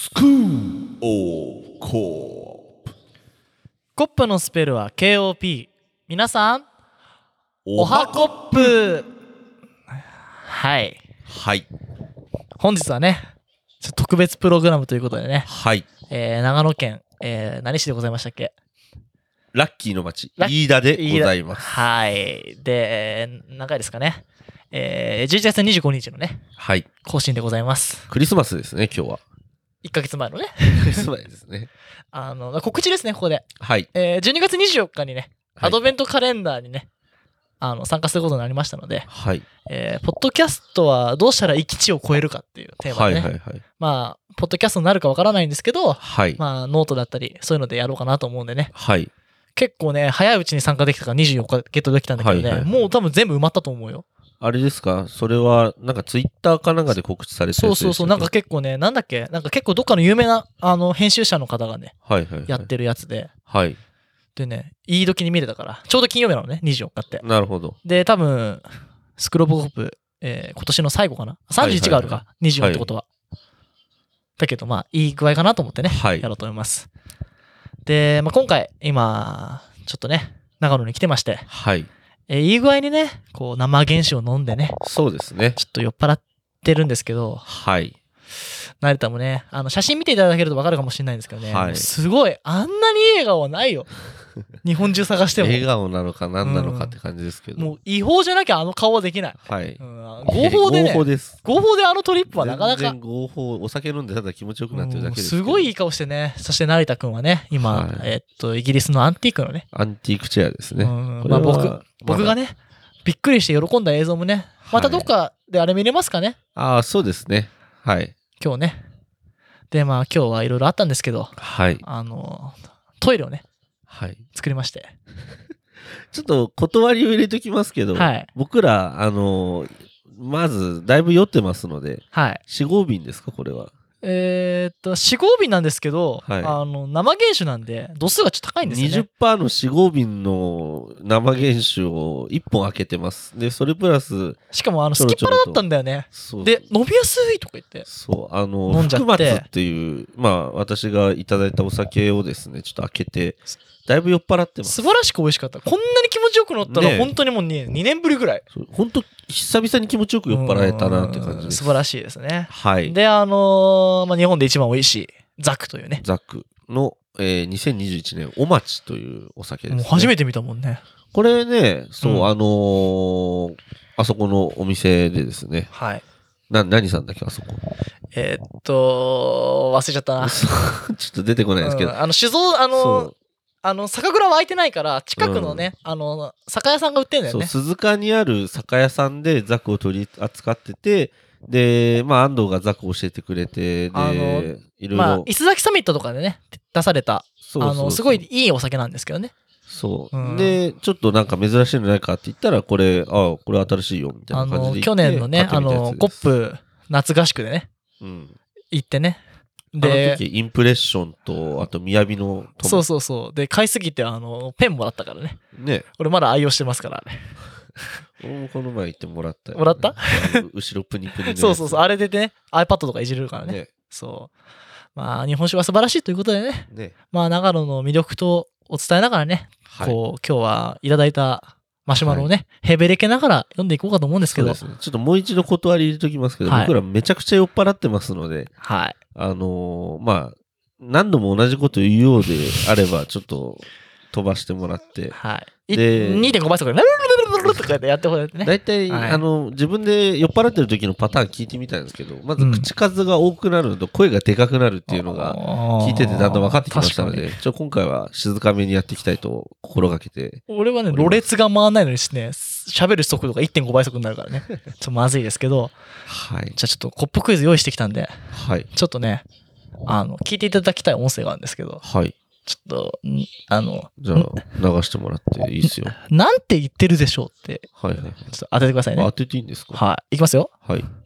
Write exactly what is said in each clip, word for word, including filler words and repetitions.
スクールオブコープ。 コップのスペルは ケーオーピー。 皆さんおはコップ。はい、 はい、 本日はねちょっと特別プログラムということでね、 はい、 えー、長野県、えー、何市でございましたっけ？ ラッキーの町ラッ飯田でございます。 はいで、何回ですかね、えー、じゅういちがつにじゅうごにちのね、 はい、 更新でございます。 クリスマスですね、今日は。 いっかげつまえのねクリスマスですね。 あの告知ですね、ここで。 はい、 えー、じゅうにがつにじゅうよっかにね、 はい、 アドベントカレンダーにねあの参加することになりましたので、 はい、 えー、ポッドキャストはどうしたら域地を超えるかっていうテーマでね、 はいはいはい、 まあポッドキャストになるかわからないんですけど、 はい、 まあノートだったりそういうのでやろうかなと思うんでね、 はい、 結構ね早いうちに参加できたからにじゅうよっかゲットできたんだけどね、 はいはい、 もう多分全部埋まったと思うよ。 あれですか、それはなんかツイッターかなんかで告知されてるやつでしたっけ？ そうそうそう、なんか結構ね、なんだっけ、なんか結構どっかの有名なあの編集者の方がね、 はいはいはい、 やってるやつで、 はい、 でね、いい時に見れたから、ちょうど金曜日なのね、にじゅうよっかって。 なるほど。 で、多分、スクローブコップ、えー、今年の最後かな ?さんじゅういち があるか、 はいはいはい、 にじゅうよんってことは。だけど、まあ、いい具合かなと思ってね、 はい、 やろうと思います。で、まあ、今回、今、ちょっとね、長野に来てまして、 はい、 えー、いい具合にね、こう、生原酒を飲んでね、 そうですね。 ちょっと酔っ払ってるんですけど、 はい。 成田もね、あの写真見ていただけると分かるかもしれないんですけどね、 はい、 すごい、あんなにいい笑顔はないよ。日本中探しても。 笑顔なのか何なのかって感じですけど。 もう違法じゃなきゃあの顔はできない。 はい。 うん、合法でね。 合法です。 合法であのトリップはなかなか。 全然合法、お酒飲んでただ気持ちよくなってるだけですけど。 すごいいい顔してね。そして成田くんはね、今、 はい、 えー、っと、イギリスのアンティークのね。 アンティークチェアですね。 うんまあ、僕、僕がね、びっくりして喜んだ映像もね、またどっかであれ見れますかね。 はい、ああ、そうですね。はい。 今日ね。で、まあ今日はいろいろあったんですけど、 はい。 あの、トイレをね、 はい。 作りまして。 ちょっと断りを入れときますけど、はい、僕ら、あのー、まず、だいぶ酔ってますので、 はい。 よん、ごびんですか、これは。 えー、っと、よん、ごびんなんですけど、はい、あの、生原酒なんで、度数がちょっと高いんですよね。 にじゅっパーセント のよん、ごびんの生原酒をいっぽん開けてます。で、それプラス、 しかも、あの、すきっ腹だったんだよね。 そうそうで、飲みやすいとか言って。 そう、あの、飲んじゃって。福松っていう、まあ、私がいただいたお酒をですね、ちょっと開けて、だいぶ酔っ払ってます。 素晴らしく美味しかった。こんなに気持ちよく乗ったら、ね、本当にもうにねんぶりぐらい。 本当久々に気持ちよく酔っ払えたなって感じです。 素晴らしいですね。 はい。 で、あのー、まあ、日本で一番美味しいザクというね。 ザクの、えー、にせんにじゅういちねんお町というお酒です、ね。 もう初めて見たもんね。 これね、そう、うん、あのー、あそこのお店でですね。 はい。 な、何さんだっけ、あそこ。 えー、っと、忘れちゃったな。 ちょっと出てこないですけど。うん、 あの、酒造、あのー、あの酒蔵は開いてないから近くのね、うん、あの酒屋さんが売ってんだよね。 そう、鈴鹿にある酒屋さんでザクを取り扱ってて、で、まあ安藤がザクを教えてくれて、で、 あのいろいろ、 まあ、伊勢崎サミットとかでね出された、 そうそうそう、 あのすごいいいお酒なんですけどね。 そう、うん、でちょっとなんか珍しいのないかって言ったら、これ、あこれ新しいよみたいな感じで言って、 あの去年のね、あのコップ夏合宿でね、うん、行ってね。 で、あの時インプレッションと、あと雅のトマ。 そうそうそう。で、買いすぎて、あの、ペンもらったからね。 ね。 俺まだ愛用してますから、ね。 俺もこの前行ってもらったよ、 ね。もらった後ろプニプニで。 そうそうそう。あれでね、iPad とかいじれるからね。ねそう。まあ、日本酒は素晴らしいということでね。ねまあ、長野の魅力とお伝えながらね、はい、こう、今日はいただいたマシュマロをね、はい、ヘベレケながら読んでいこうかと思うんですけど。 そうですね。ちょっともう一度断り入れときますけど、はい、僕らめちゃくちゃ酔っ払ってますので、 はい。 あのー、まあ、何度も同じこと言うようであれば、ちょっと飛ばしてもらって。 はい。で、にてんごばい速で、ルルルルルルとかやってもらってね。 大体、はい、あの、自分で酔っ払ってる時のパターン聞いてみたんですけど、まず口数が多くなるのと声がでかくなるっていうのが聞いててだんだん分かってきましたので、ちょ今回は静かめにやっていきたいと心がけて。 俺はね、ろれつが回らないのにね、喋る速度が いってんごばい速になるからね。ちょっとまずいですけど、 はい。 じゃあちょっとコップクイズ用意してきたんで、 はい。 ちょっとね、あの、聞いていただきたい音声があるんですけど、 はい。 ちょっと、あの、 じゃあ、流してもらっていいですよ。 なんて言ってるでしょうって、 はいはい。ちょっと当ててくださいね。 当てていいんですか？ はい。いきますよ。 はい。ちょっ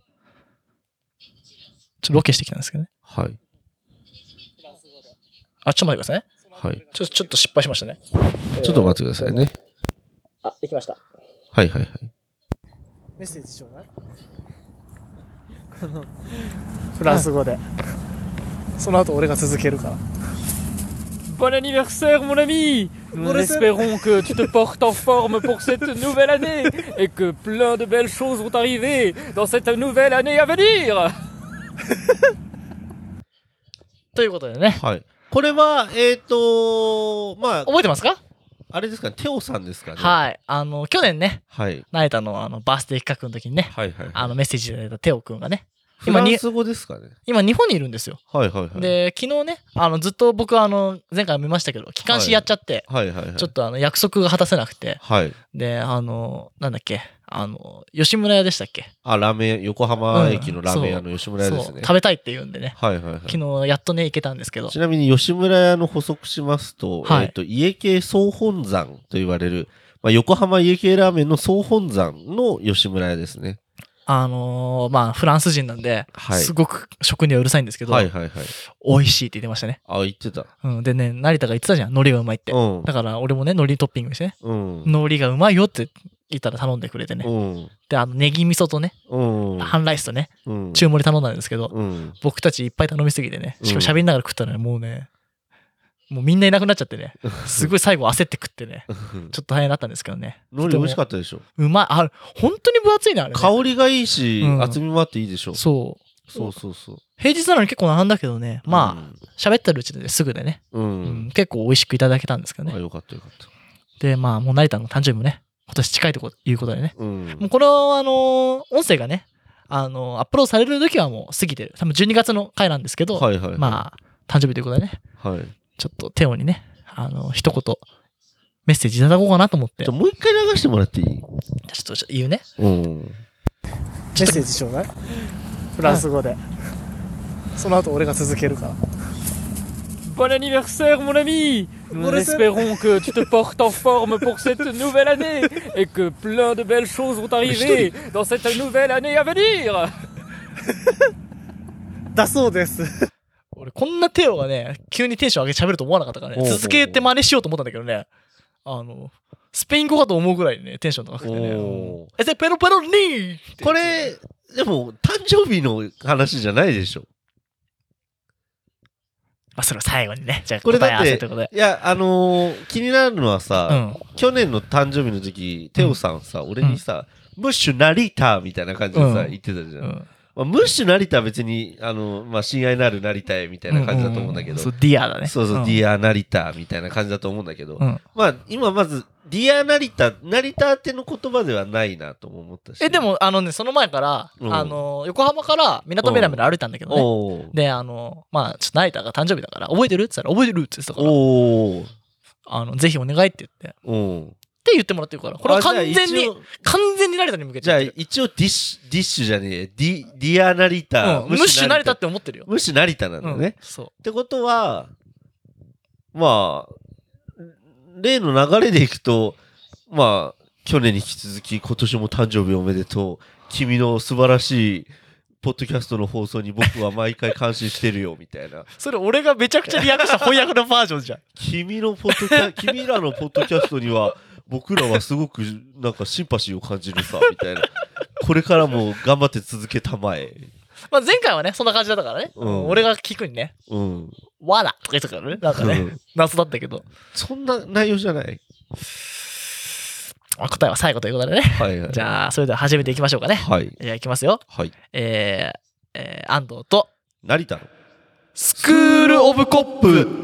とロケしてきたんですけどね。 はい。 あ、ちょっと待ってくださいね。 はい。 ちょ、ちょっと失敗しましたね。 ちょっと待ってくださいね。 あ、できました。 はいはいはい。 メッセージちょうだい。フランス語で。 その後俺が続けるから。 Bon anniversaire mon ami. Nous espérons que tu te portes en forme pour cette nouvelle année et que plein de belles choses vont arriver dans cette nouvelle année à venir. ということでね。 はい。これは、えっと、まあ。 覚えてますか？ あれですかね、テオさんですかね。 はい。あの、去年ね、 はい。 成田のあのバースデー企画の時にね、 はいはい、はい。 あのメッセージいただいたテオくんがね、 フランス語ですかね。 今日本にいるんですよ。 はいはいはい。 で、昨日ね、あのずっと僕はあの前回見ましたけど、機関士やっちゃって、 はい、はいはいはい。 ちょっとあの約束が果たせなくて、 はい。 で、あの、なんだっけ、あの、吉村屋でしたっけ？ あ、ラーメン、横浜駅のラーメン屋の吉村屋ですね。 うん、そう、食べたいって言うんでね。 はいはいはい。 昨日やっとね、行けたんですけど。 ちなみに吉村屋の補足しますと、はい、えっと、家系総本山と言われる、まあ、横浜家系ラーメンの総本山の吉村屋ですね。 あのー、まあ、フランス人なんで、はい、すごく食にはうるさいんですけど、はいはいはい。美味しいって言ってましたね。 あ、言ってた。 うん。でね、成田が言ってたじゃん。海苔がうまいって。うん。だから俺もね、海苔トッピングしてね。うん。海苔がうまいよって言ったら頼んでくれてね。うん。で、あの、ネギ味噌とね、うん。半ライスとね、うん。中盛り頼んだんですけど、うん。僕たちいっぱい頼みすぎてね、しかも喋りながら食ったらね、もうね、もうみんないなくなっちゃってね、すごい最後焦って食ってね、ちょっと大変だったんですけどね。 海苔美味しかったでしょ。 うまい。あ、本当に分厚いね、あれ、ね。 香りがいいし、うん、厚みもあっていいでしょ。 そう。そうそうそう。平日なのに結構並んだけどね、まあ、喋、うん、ってるうちですぐでね、うんうん、結構美味しくいただけたんですけどね。 あ、よかったよかった。 で、まあ、もう成田の誕生日もね、今年近いということでね、うん、もうこの、あのー、音声がね、あのー、アップロードされる時はもう過ぎてる。多分じゅうにがつの回なんですけど、はいはいはい、まあ、誕生日ということでね、はい、ちょっとテオにね、あの、一言、メッセージいただこうかなと思って。 もう一回流してもらっていい？ ちょっと言うね。うん。メッセージちょうだい。フランス語で。その後俺が続けるから。 Bon anniversaire mon ami. Nous espérons que tu te portes en forme pour cette nouvelle année et que plein de belles choses vont arriver dans cette nouvelle année à venir. だそうです。俺こんなテオがね、急にテンション上げて喋ると思わなかったからね、続けて真似しようと思ったんだけどね、あの、スペイン語かと思うぐらいね、テンション高くてね。え、で、ペロペロニーこれ、でも、誕生日の話じゃないでしょ。 まあ、それを最後にね、じゃあ答え合わせということで。 いや、あのー、気になるのはさ、うん、去年の誕生日の時、テオさんさ、うん、俺にさ、ムッシュなりたみたいな感じでさ、うん、言ってたじゃん。うんまあ、ムッシュ成田は別に、あの、まあ、親愛なる成田へみたいな感じだと思うんだけど。うんうん、 そう、ディアだね。 そうそう、うん、ディア成田みたいな感じだと思うんだけど。うん、まあ、今まず、ディア成田、成田っての言葉ではないなとも思ったし。 え、でも、あのね、その前から、うん、あの、横浜から港ベラメラ歩いたんだけどね。で、あの、まあ、ちょっと成田が誕生日だから、覚えてるって言ったら、覚えてるって言ってたから。おあの、ぜひお願いって言って。うんって言ってもらってるから。これは完全に、完全に成田に向けて。 じゃあ一応ディッシュ、ディッシュじゃねえ。ディ、ディア成田。 うん、ムッシュ成田って思ってるよ。 ムッシュ成田なんだね。うん、そう。ってことは、まあ、例の流れでいくと、まあ、去年に引き続き今年も誕生日おめでとう。君の素晴らしい、ポッドキャストの放送に僕は毎回感心してるよみたいな。 それ俺がめちゃくちゃリアクした翻訳のバージョンじゃん。 君のポッドキャ、君らのポッドキャストには、僕らはすごくなんかシンパシーを感じるさみたいな。これからも頑張って続けたまえ。 まあ前回はねそんな感じだったからね。うん、俺が聞くにね。うん。わらとか言ってたからね。なんかね、うん、謎だったけど。 そんな内容じゃない。 まあ、答えは最後ということでね。はいはい。じゃあそれでは始めていきましょうかね。はい。じゃあいきますよ。はい。えー、えー、安藤と成田のスクールオブコップ。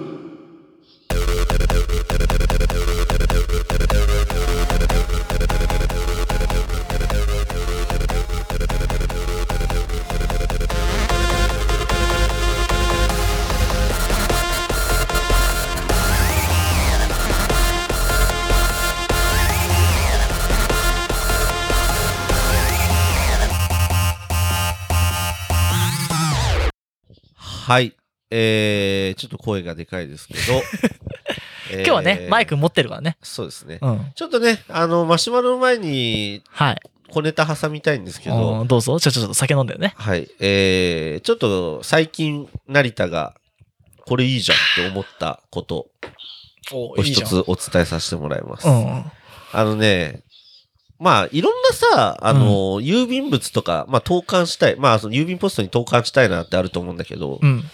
はい。えー、ちょっと声がでかいですけど。 今日はね、えー、マイク持ってるからね。 そうですね。うん、ちょっとね、あの、マシュマロの前に、はい。小ネタ挟みたいんですけど。 どうぞ。ちょ、ちょっと酒飲んでね。 はい。えー、ちょっと最近、成田が、これいいじゃんって思ったことを一つお伝えさせてもらいます。うん、あのね、まあ、いろんなさ、あの、うん、郵便物とか、まあ、投函したい。まあ、その郵便ポストに投函したいなってあると思うんだけど、うん、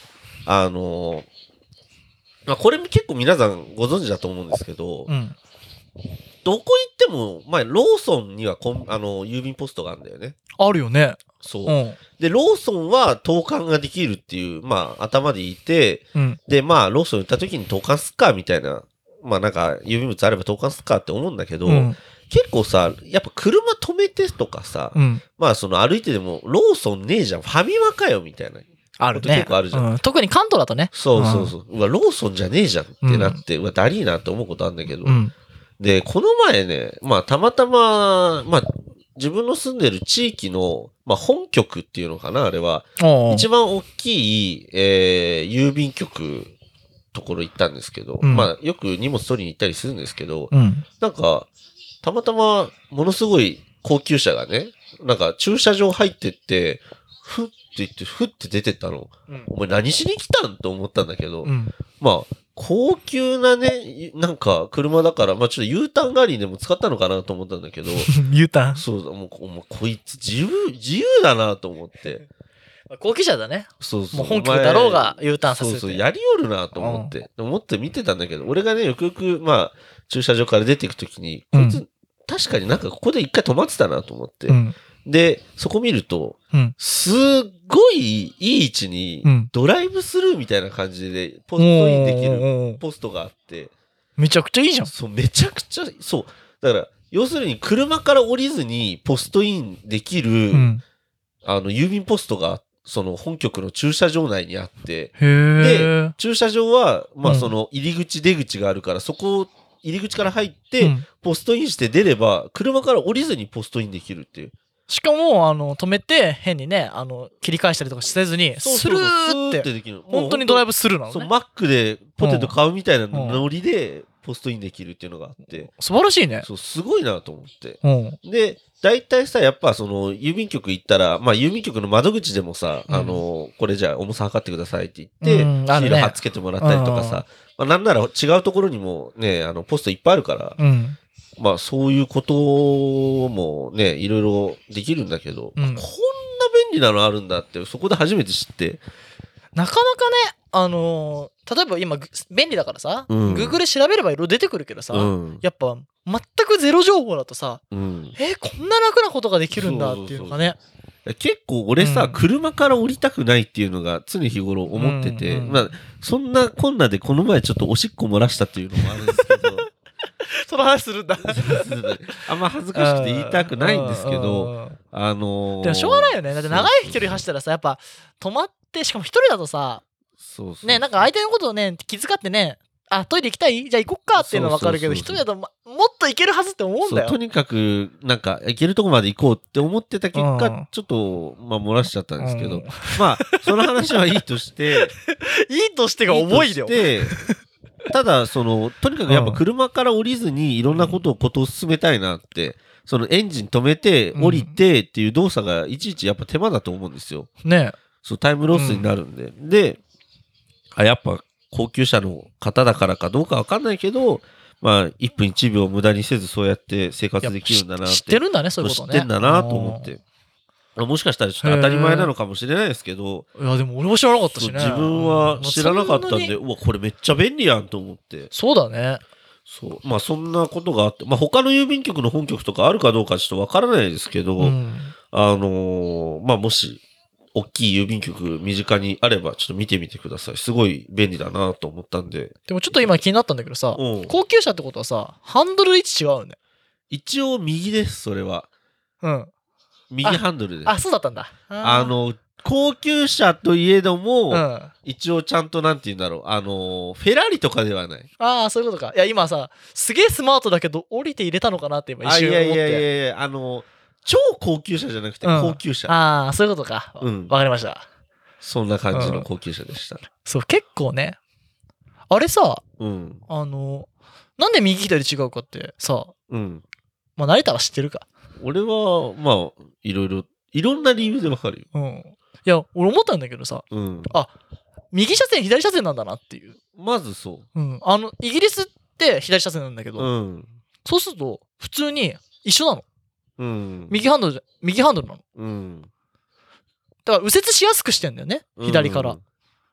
あの、まあ、これも結構皆さんご存知だと思うんですけど、うん、どこ行っても、まあ、ローソンにはコンあの郵便ポストがあるんだよね。 あるよね。 そう。うん、で、ローソンは投函ができるっていう、まあ、頭でいて、うん、で、まあ、ローソン行った時に投函すっか、みたいな、まあ、なんか、郵便物あれば投函すっかって思うんだけど、うん、結構さ、やっぱ車止めてとかさ、うん、まあ、その歩いてでも、ローソンねえじゃん、ファミマかよ、みたいな。 あるね。 結構あるじゃん。 うん、特に関東だとね。 そうそうそう。うん、うわ、ローソンじゃねえじゃんってなって、うん、うわ、ダリーなって思うことあるんだけど、うん、で、この前ね、まあ、たまたま、まあ、自分の住んでる地域の、まあ、本局っていうのかな、あれは。一番大きい、えー、郵便局、ところ行ったんですけど、うん、まあ、よく荷物取りに行ったりするんですけど、うん、なんか、たまたま、ものすごい高級車がね、なんか駐車場入ってって、ふって言って、ふって出てったの。うん、お前何しに来たんと思ったんだけど、うん、まあ、高級なね、なんか車だから、まあちょっと U ターン狩りでも使ったのかなと思ったんだけど、 U ターンそうだ、もう、もうこいつ自由、自由だなと思って。 高級車だね。 そうそう。 もう本局だろうが U ターンさせて。 そうそう、やりよるなと思って。うん、思って見てたんだけど、俺がね、よくよく、まあ、駐車場から出ていくときに、こいつ、うん、確かになんかここで一回止まってたなと思って。うん、で、そこ見ると、うん、すっごいいい位置に、ドライブスルーみたいな感じで、ポストインできるポストがあって。 めちゃくちゃいいじゃん。 そう、めちゃくちゃ、そう。だから、要するに車から降りずにポストインできる、うん、あの、郵便ポストがあって、その本局の駐車場内にあって、で、駐車場は、まあその入り口出口があるから、そこを入り口から入って、ポストインして出れば、車から降りずにポストインできるっていう。 しかも、あの、止めて、変にね、あの、切り返したりとかせずに、スルーって、できる本当にドライブスルーなのね。 そう、マックでポテト買うみたいなノリで、ポストインできるっていうのがあって。 素晴らしいね。 そう、すごいなと思って。うん、で、大体さ、やっぱその、郵便局行ったら、まあ郵便局の窓口でもさ、うん、あの、これじゃあ重さ測ってくださいって言って、うん、シール貼っつけてもらったりとかさ、まあなんなら違うところにもね、あの、ポストいっぱいあるから、うん、まあそういうこともね、いろいろできるんだけど、うん、こんな便利なのあるんだって、そこで初めて知って。 なかなかね、あのー、例えば今便利だからさ、うん、Google で調べればいろいろ出てくるけどさ、うん、やっぱ全くゼロ情報だとさ、うん、えー、こんな楽なことができるんだっていうのがね。 そうそうそう、結構俺さ、うん、車から降りたくないっていうのが常日頃思ってて、うんうん、まあそんなこんなでこの前ちょっとおしっこ漏らしたっていうのもあるんですけどその話するんだあんま恥ずかしくて言いたくないんですけど、あのー、 でもしょうがないよね。だって長い距離走ったらさ、やっぱ止まってしかも一人だとさ、そうそうそうね、なんか相手のことをね気遣ってね、あ、トイレ行きたい？じゃあ行こっかっていうのは分かるけど、一人だと、ま、もっと行けるはずって思うんだよ。 とにかくなんか行けるとこまで行こうって思ってた結果、うん、ちょっとまあ漏らしちゃったんですけど、うん、まあその話はいいとしていいとしてが重いよ。 ただそのとにかくやっぱ車から降りずにいろんなことをことを進めたいなって、そのエンジン止めて降りてっていう動作がいちいちやっぱ手間だと思うんですよ。ね。そうタイムロスになるんで、うん、で、あ、やっぱ高級車の方だからかどうかわかんないけど、まあいっぷんいちびょう無駄にせずそうやって生活できるんだなって。 知ってるんだね、そういうことね。 知ってんだなと思って。もしかしたらちょっと当たり前なのかもしれないですけど、 いやでも俺も知らなかったしね。 自分は知らなかったんで、うわこれめっちゃ便利やんと思って。 そうだね。 そう、まあそんなことがあって、まあ他の郵便局の本局とかあるかどうかちょっとわからないですけど、うん、あのー、まあもし大きい郵便局身近にあればちょっと見てみてください。すごい便利だなと思ったんで。 でもちょっと今気になったんだけどさ、うん、高級車ってことはさ、ハンドル位置違うね。 一応右です、それは。うん。右ハンドルです。 あ、そうだったんだ。 あ, あの、高級車といえども、うん、一応ちゃんとなんて言うんだろう。あの、フェラーリとかではない。 ああ、そういうことか。いや、今さ、すげえスマートだけど、降りて入れたのかなって今一瞬思って。 あ、いやいやいやいや、あの、超高級車じゃなくて高級車。 うん、ああ、そういうことか。うん。わかりました。 そんな感じの高級車でした。うん、 そう、結構ね。あれさ、うん、あの、なんで右左違うかってさ、うん。まあ、成田は知ってるか。 俺は、まあ、いろいろ、いろんな理由でわかるよ。 うん。いや、俺思ったんだけどさ、うん、あ、右車線、左車線なんだなっていう。 まずそう。 うん。あの、イギリスって左車線なんだけど、うん、そうすると、普通に一緒なの。うん。右ハンドル、右ハンドルなの。うん。だから右折しやすくしてんだよね、左から。うん、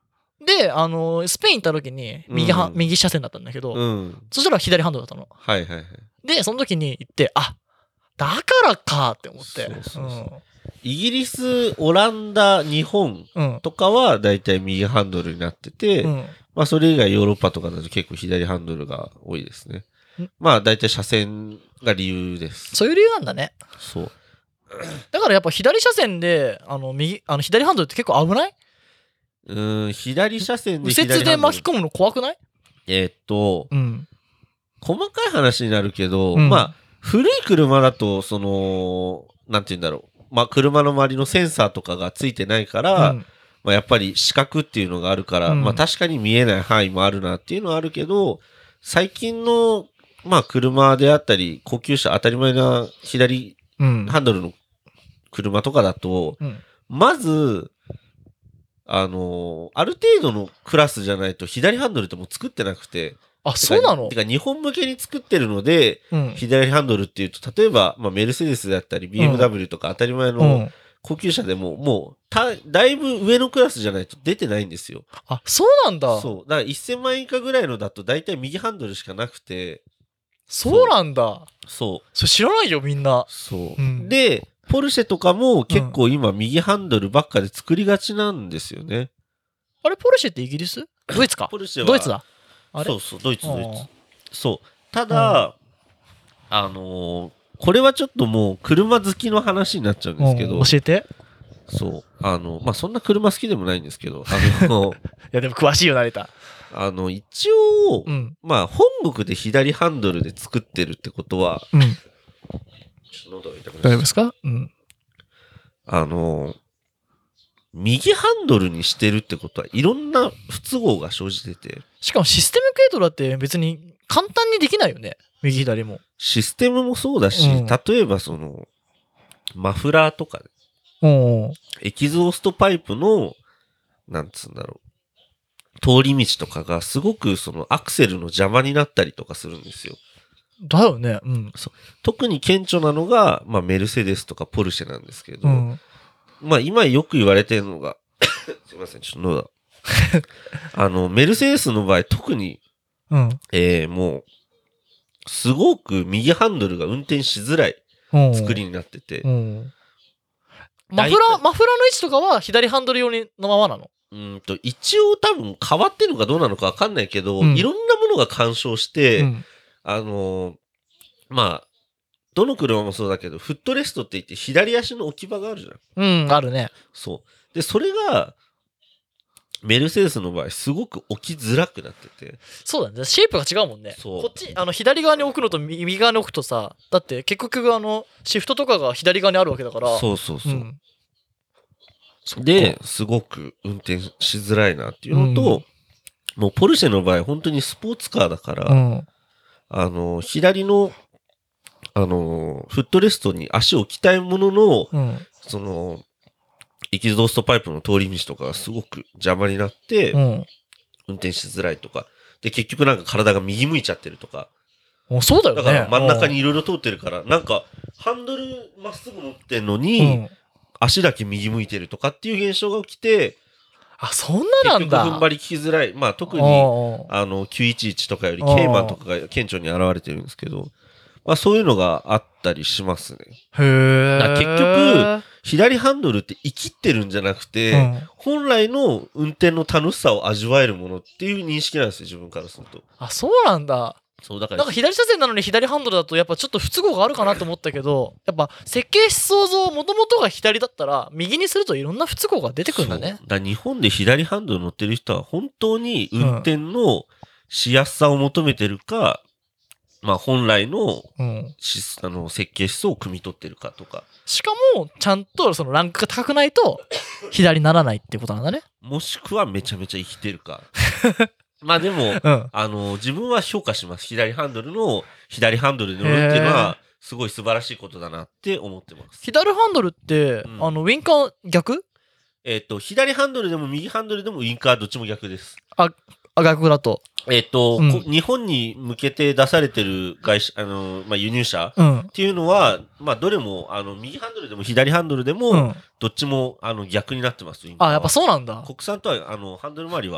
で、あのー、スペイン行った時に右は、うん、右車線だったんだけど、うん、そしたら左ハンドルだったの。 はいはいはい。 で、その時に行って、あ、だからかって思って。そうそうそう、うん、 イギリス、オランダ、日本とかはだいたい右ハンドルになってて、うん、まあそれ以外ヨーロッパとかだと結構左ハンドルが多いですね。まあだいたい車線が理由です。 そういう理由なんだね。 そう。 だからやっぱ左車線で、あの右、あの左ハンドルって結構危ない？ うーん、左車線で左ハンドル。右折で巻き込むの怖くない？ えー、っと、うん、細かい話になるけど、うん、まあ古い車だと、その、なんて言うんだろう。まあ車の周りのセンサーとかがついてないから、うん、まあやっぱり視覚っていうのがあるから、うん、まあ確かに見えない範囲もあるなっていうのはあるけど、最近の、まあ車であったり、高級車当たり前な左ハンドルの車とかだと、うん、まず、あのー、ある程度のクラスじゃないと左ハンドルってもう作ってなくて。 あ、そうなの？ てか日本向けに作ってるので、うん、左ハンドルっていうと、例えば、まあ、メルセデスだったり ビーエムダブリュー とか当たり前の高級車でも、もうた、だいぶ上のクラスじゃないと出てないんですよ。 あ、そうなんだ。 そう。だからせんまん円以下ぐらいのだと大体右ハンドルしかなくて。 そうなんだ。 そう。 それ知らないよ、みんな。 そう。うん、で、ポルシェとかも結構今右ハンドルばっかで作りがちなんですよね。 あれ、ポルシェってイギリス？ドイツか。 ポルシェはドイツだ。 あれ？そうそう、ドイツ、ドイツ。そう。ただ、あのー、これはちょっともう車好きの話になっちゃうんですけど。 教えて。 そう。あの、まあ、そんな車好きでもないんですけど、あの、 いや、でも詳しいよ、成田。 あの、一応、うん、まあ、本国で左ハンドルで作ってるってことは、うん、ちょっと喉が痛くなっちゃう。 大丈夫ですか？うん。 あの、右ハンドルにしてるってことはいろんな不都合が生じてて。 しかもシステム系統だって別に簡単にできないよね。右左も。 システムもそうだし、うん、例えばその、マフラーとかね。エキゾーストパイプの、なんつうんだろう。通り道とかがすごくそのアクセルの邪魔になったりとかするんですよ。 だよね。うん。 そう。特に顕著なのが、まあメルセデスとかポルシェなんですけど、うん、まあ今よく言われてるのが、すいません、ちょっと喉あの、メルセデスの場合特に、うん、えー、もう、すごく右ハンドルが運転しづらい作りになってて、うんうんマフラー、マフラーの位置とかは左ハンドル用のままなの？ うんと、一応多分変わってるのかどうなのかわかんないけど、うん、いろんなものが干渉して、うん、あのー、まあ、どの車もそうだけど、フットレストって言って左足の置き場があるじゃん。 うん、あるね。 そう。で、それが、メルセデスの場合、すごく置きづらくなってて。 そうだね。シェイプが違うもんね。そう。こっち、あの、左側に置くのと右側に置くとさ、だって結局、あの、シフトとかが左側にあるわけだから。 そうそうそう。うんで、すごく運転しづらいなっていうのと、うん、もうポルシェの場合、本当にスポーツカーだから、うん、あの、左の、あの、フットレストに足を置きたいものの、うん、その、エキゾーストパイプの通り道とかがすごく邪魔になって、運転しづらいとか、で、結局なんか体が右向いちゃってるとか。 そうだよね。 だから真ん中にいろいろ通ってるから、なんか、ハンドルまっすぐ持ってんのに、足だけ右向いてるとかっていう現象が起きて、 あ、そんななんだ。 結局踏ん張り効きづらい。まあ特に、あの、きゅういちいちとかよりケイマンとかが顕著に現れてるんですけど、まあそういうのがあったりしますね。 へー。 結局、左ハンドルって生きってるんじゃなくて、うん、本来の運転の楽しさを味わえるものっていう認識なんですよ、自分からすると。 あ、そうなんだ。そうだからなんか左車線なのに左ハンドルだとやっぱちょっと不都合があるかなと思ったけど、やっぱ設計思想像もともとが左だったら右にするといろんな不都合が出てくるんだね。 だ日本で左ハンドル乗ってる人は本当に運転のしやすさを求めてるか、うん、まあ本来の、うん、あの設計思想を汲み取ってるかとか。 しかもちゃんとそのランクが高くないと左にならないってことなんだね。 もしくはめちゃめちゃ生きてるか。まあでも、うん、あの、自分は評価します。左ハンドルの、左ハンドルで乗るっていうのは、すごい素晴らしいことだなって思ってます。 左ハンドルって、うん、あの、ウィンカー逆？ えっと、左ハンドルでも右ハンドルでもウィンカーどっちも逆です。 あ、あ逆だと。 えっと、うん、日本に向けて出されてる会社、あの、まあ、輸入車っていうのは、うん、まあ、どれも、あの、右ハンドルでも左ハンドルでも、どっちも、あの、逆になってます。 あ、やっぱそうなんだ。 国産とは、あの、ハンドル周りは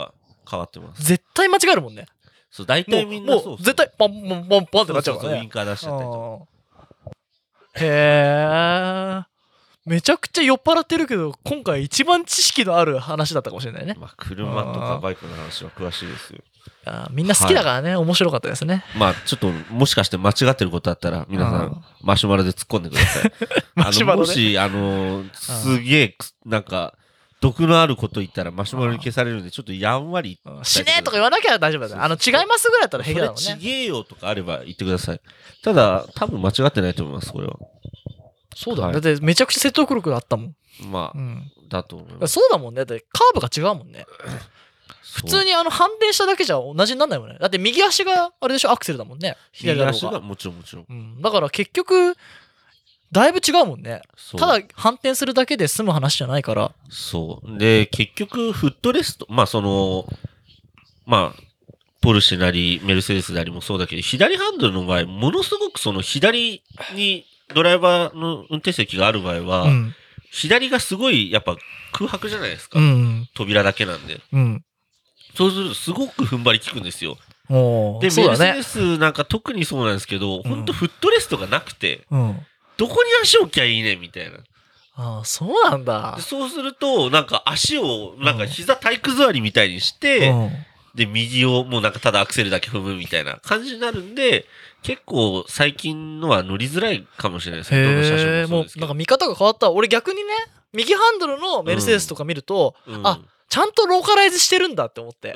変わってます。 絶対間違えるもんね。 そう、大体みんなそうそう。 もう絶対パンパンパンパンってなっちゃうからね。 そうそうそう、ウインカー出しちゃったりとか。へー。めちゃくちゃ酔っ払ってるけど、今回一番知識のある話だったかもしれないね。 まあ、車とかバイクの話は詳しいですよ。 あみんな好きだからね、はい、面白かったですね。 まあ、ちょっと、もしかして間違ってることあったら、皆さん、マシュマロで突っ込んでください。マシュマロで。もし、あの、すげえ、なんか、毒のあること言ったらマシュマロに消されるんで、ちょっとやんわり。 死ねーとか言わなきゃ大丈夫だね。あの、違いますぐらいだったら平気だもんね。 それちげえよとかあれば言ってください。ただ、多分間違ってないと思います、これは。 そうだね。はい、だってめちゃくちゃ説得力があったもん。 まあ、うん、だと思います。 そうだもんね。だってカーブが違うもんね。普通にあの反転しただけじゃ同じにならないもんね。だって右足があれでしょ、アクセルだもんね。 左足がもちろんもちろん。 うん、だから結局、だいぶ違うもんね。ただ反転するだけで済む話じゃないから。 そう。で、結局、フットレスト、まあその、まあ、ポルシェなり、メルセデスなりもそうだけど、左ハンドルの場合、ものすごくその左にドライバーの運転席がある場合は、うん、左がすごいやっぱ空白じゃないですか。うん、扉だけなんで。うん、そうするとすごく踏ん張り効くんですよ。で、メルセデスなんか特にそうなんですけど、うん、ほんとフットレストがなくて、うん、どこに足置きゃいいねみたいな。 ああ、そうなんだ。 そうすると、なんか足を、なんか膝体育座りみたいにして、うん、で、右をもうなんかただアクセルだけ踏むみたいな感じになるんで、結構最近のは乗りづらいかもしれないですね。どの車種もそうですけど。 もうなんか見方が変わった。俺逆にね、右ハンドルのメルセデスとか見ると、うん、あ、ちゃんとローカライズしてるんだって思って。うん、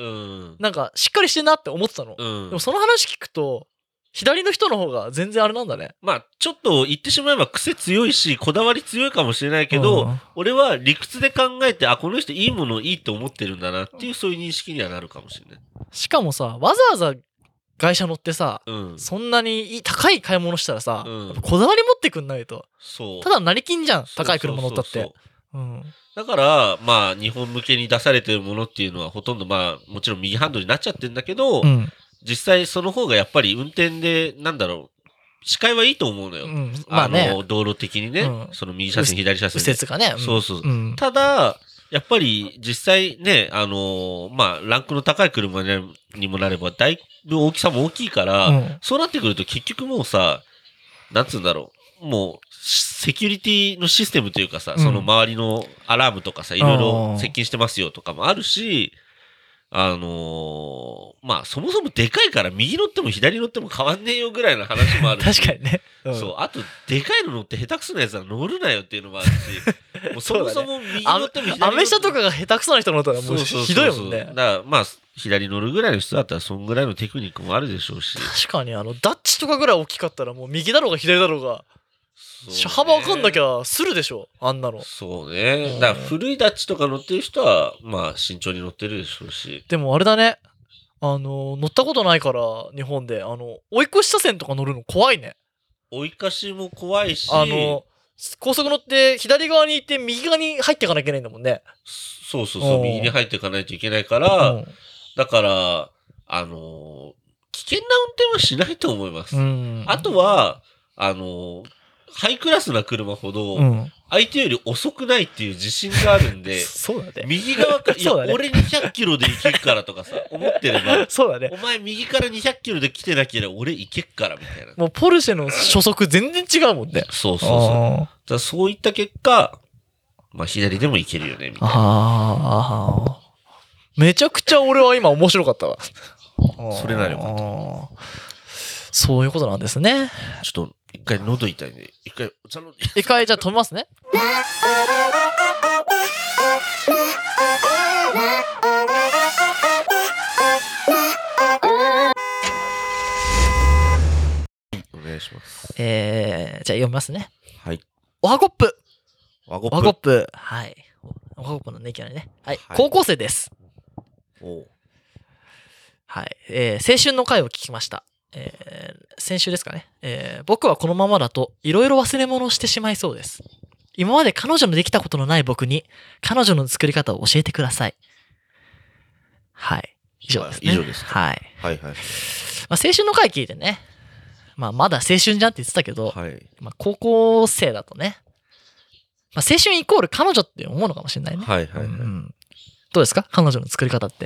なんかしっかりしてんなって思ってたの。うん、でもその話聞くと、左の人の方が全然あれなんだね。 まあ、ちょっと言ってしまえば癖強いし、こだわり強いかもしれないけど、うん、俺は理屈で考えて、あ、この人いいものいいと思ってるんだなっていう、そういう認識にはなるかもしれない。 しかもさ、わざわざ会社乗ってさ、うん、そんなに高い買い物したらさ、うん、こだわり持ってくんないと。そう。ただ成金じゃん、高い車乗ったって。そうそうそうそう、うん、 だから、まあ、日本向けに出されてるものっていうのは、ほとんどまあ、もちろん右ハンドルになっちゃってるんだけど、うん、実際その方がやっぱり運転で、なんだろう、視界はいいと思うのよ。うん、まあね、あの、道路的にね、うん、その右車線、左車線。 右折がね。 うん、そうそう。うん、ただ、やっぱり実際ね、あのー、まあ、ランクの高い車にもなれば、だいぶ大きさも大きいから、うん、そうなってくると結局もうさ、なんつうんだろう、もう、セキュリティのシステムというかさ、うん、その周りのアラームとかさ、いろいろ接近してますよとかもあるし、あのー、まあ、そもそもでかいから右乗っても左乗っても変わんねえよぐらいの話もあるし。 確かにね。 うん、そう。あと、でかいの乗って下手くそなやつは乗るなよっていうのもあるし、もうそもそも右乗っても左乗っても。 アメ車とかが下手くそな人乗ったらもうひどいもんね。 だからまあ、左乗るぐらいの人だったらそんぐらいのテクニックもあるでしょうし。 確かにあの、ダッチとかぐらい大きかったらもう右だろうが左だろうが、車幅わかんなきゃするでしょ、あんなの。 そうね。だから古いダッチとか乗ってる人は、まあ慎重に乗ってるでしょうし。 でもあれだね。あの、乗ったことないから、日本で。あの、追い越し車線とか乗るの怖いね。 追い越しも怖いし。 あの、高速乗って左側に行って右側に入っていかなきゃいけないんだもんね。 そうそうそう、右に入っていかないといけないから、だから、あの、危険な運転はしないと思います。うん、あとは、あの、ハイクラスな車ほど、相手より遅くないっていう自信があるんで、 そうだね。 右側から、いや、ね、俺にひゃっキロで行けるからとかさ、思ってれば、 そうだね。 お前右からにひゃっキロで来てなければ俺行けっからみたいな。 もうポルシェの初速全然違うもんね。 そうそうそう。だそういった結果、まあ左でも行けるよね、みたいな。 ああ。めちゃくちゃ俺は今面白かったわ。 それなりよかった。 そういうことなんですね。 ちょっと、一回喉痛いんで、一回、お茶飲んで。 一回じゃあ止めますね。 お願いします。 えー、じゃあ読みますね。 はい。 おはコップ。 おはコップ。 おはコップ。はい。おはコップのね、いきなりね。はい。はい、高校生です。 おはい。えー、青春の会を聞きました。えー、先週ですかね、えー、僕はこのままだといろいろ忘れ物をしてしまいそうです。今まで彼女のできたことのない僕に彼女の作り方を教えてください。はい。以上ですね。 以上ですか。 はい。 はいはい。 まあ、青春の会聞いてね、まあ、まだ青春じゃんって言ってたけど、 はい、 まあ、高校生だとね、まあ、青春イコール彼女って思うのかもしれないね。 はいはいはい。 うん、どうですか彼女の作り方って。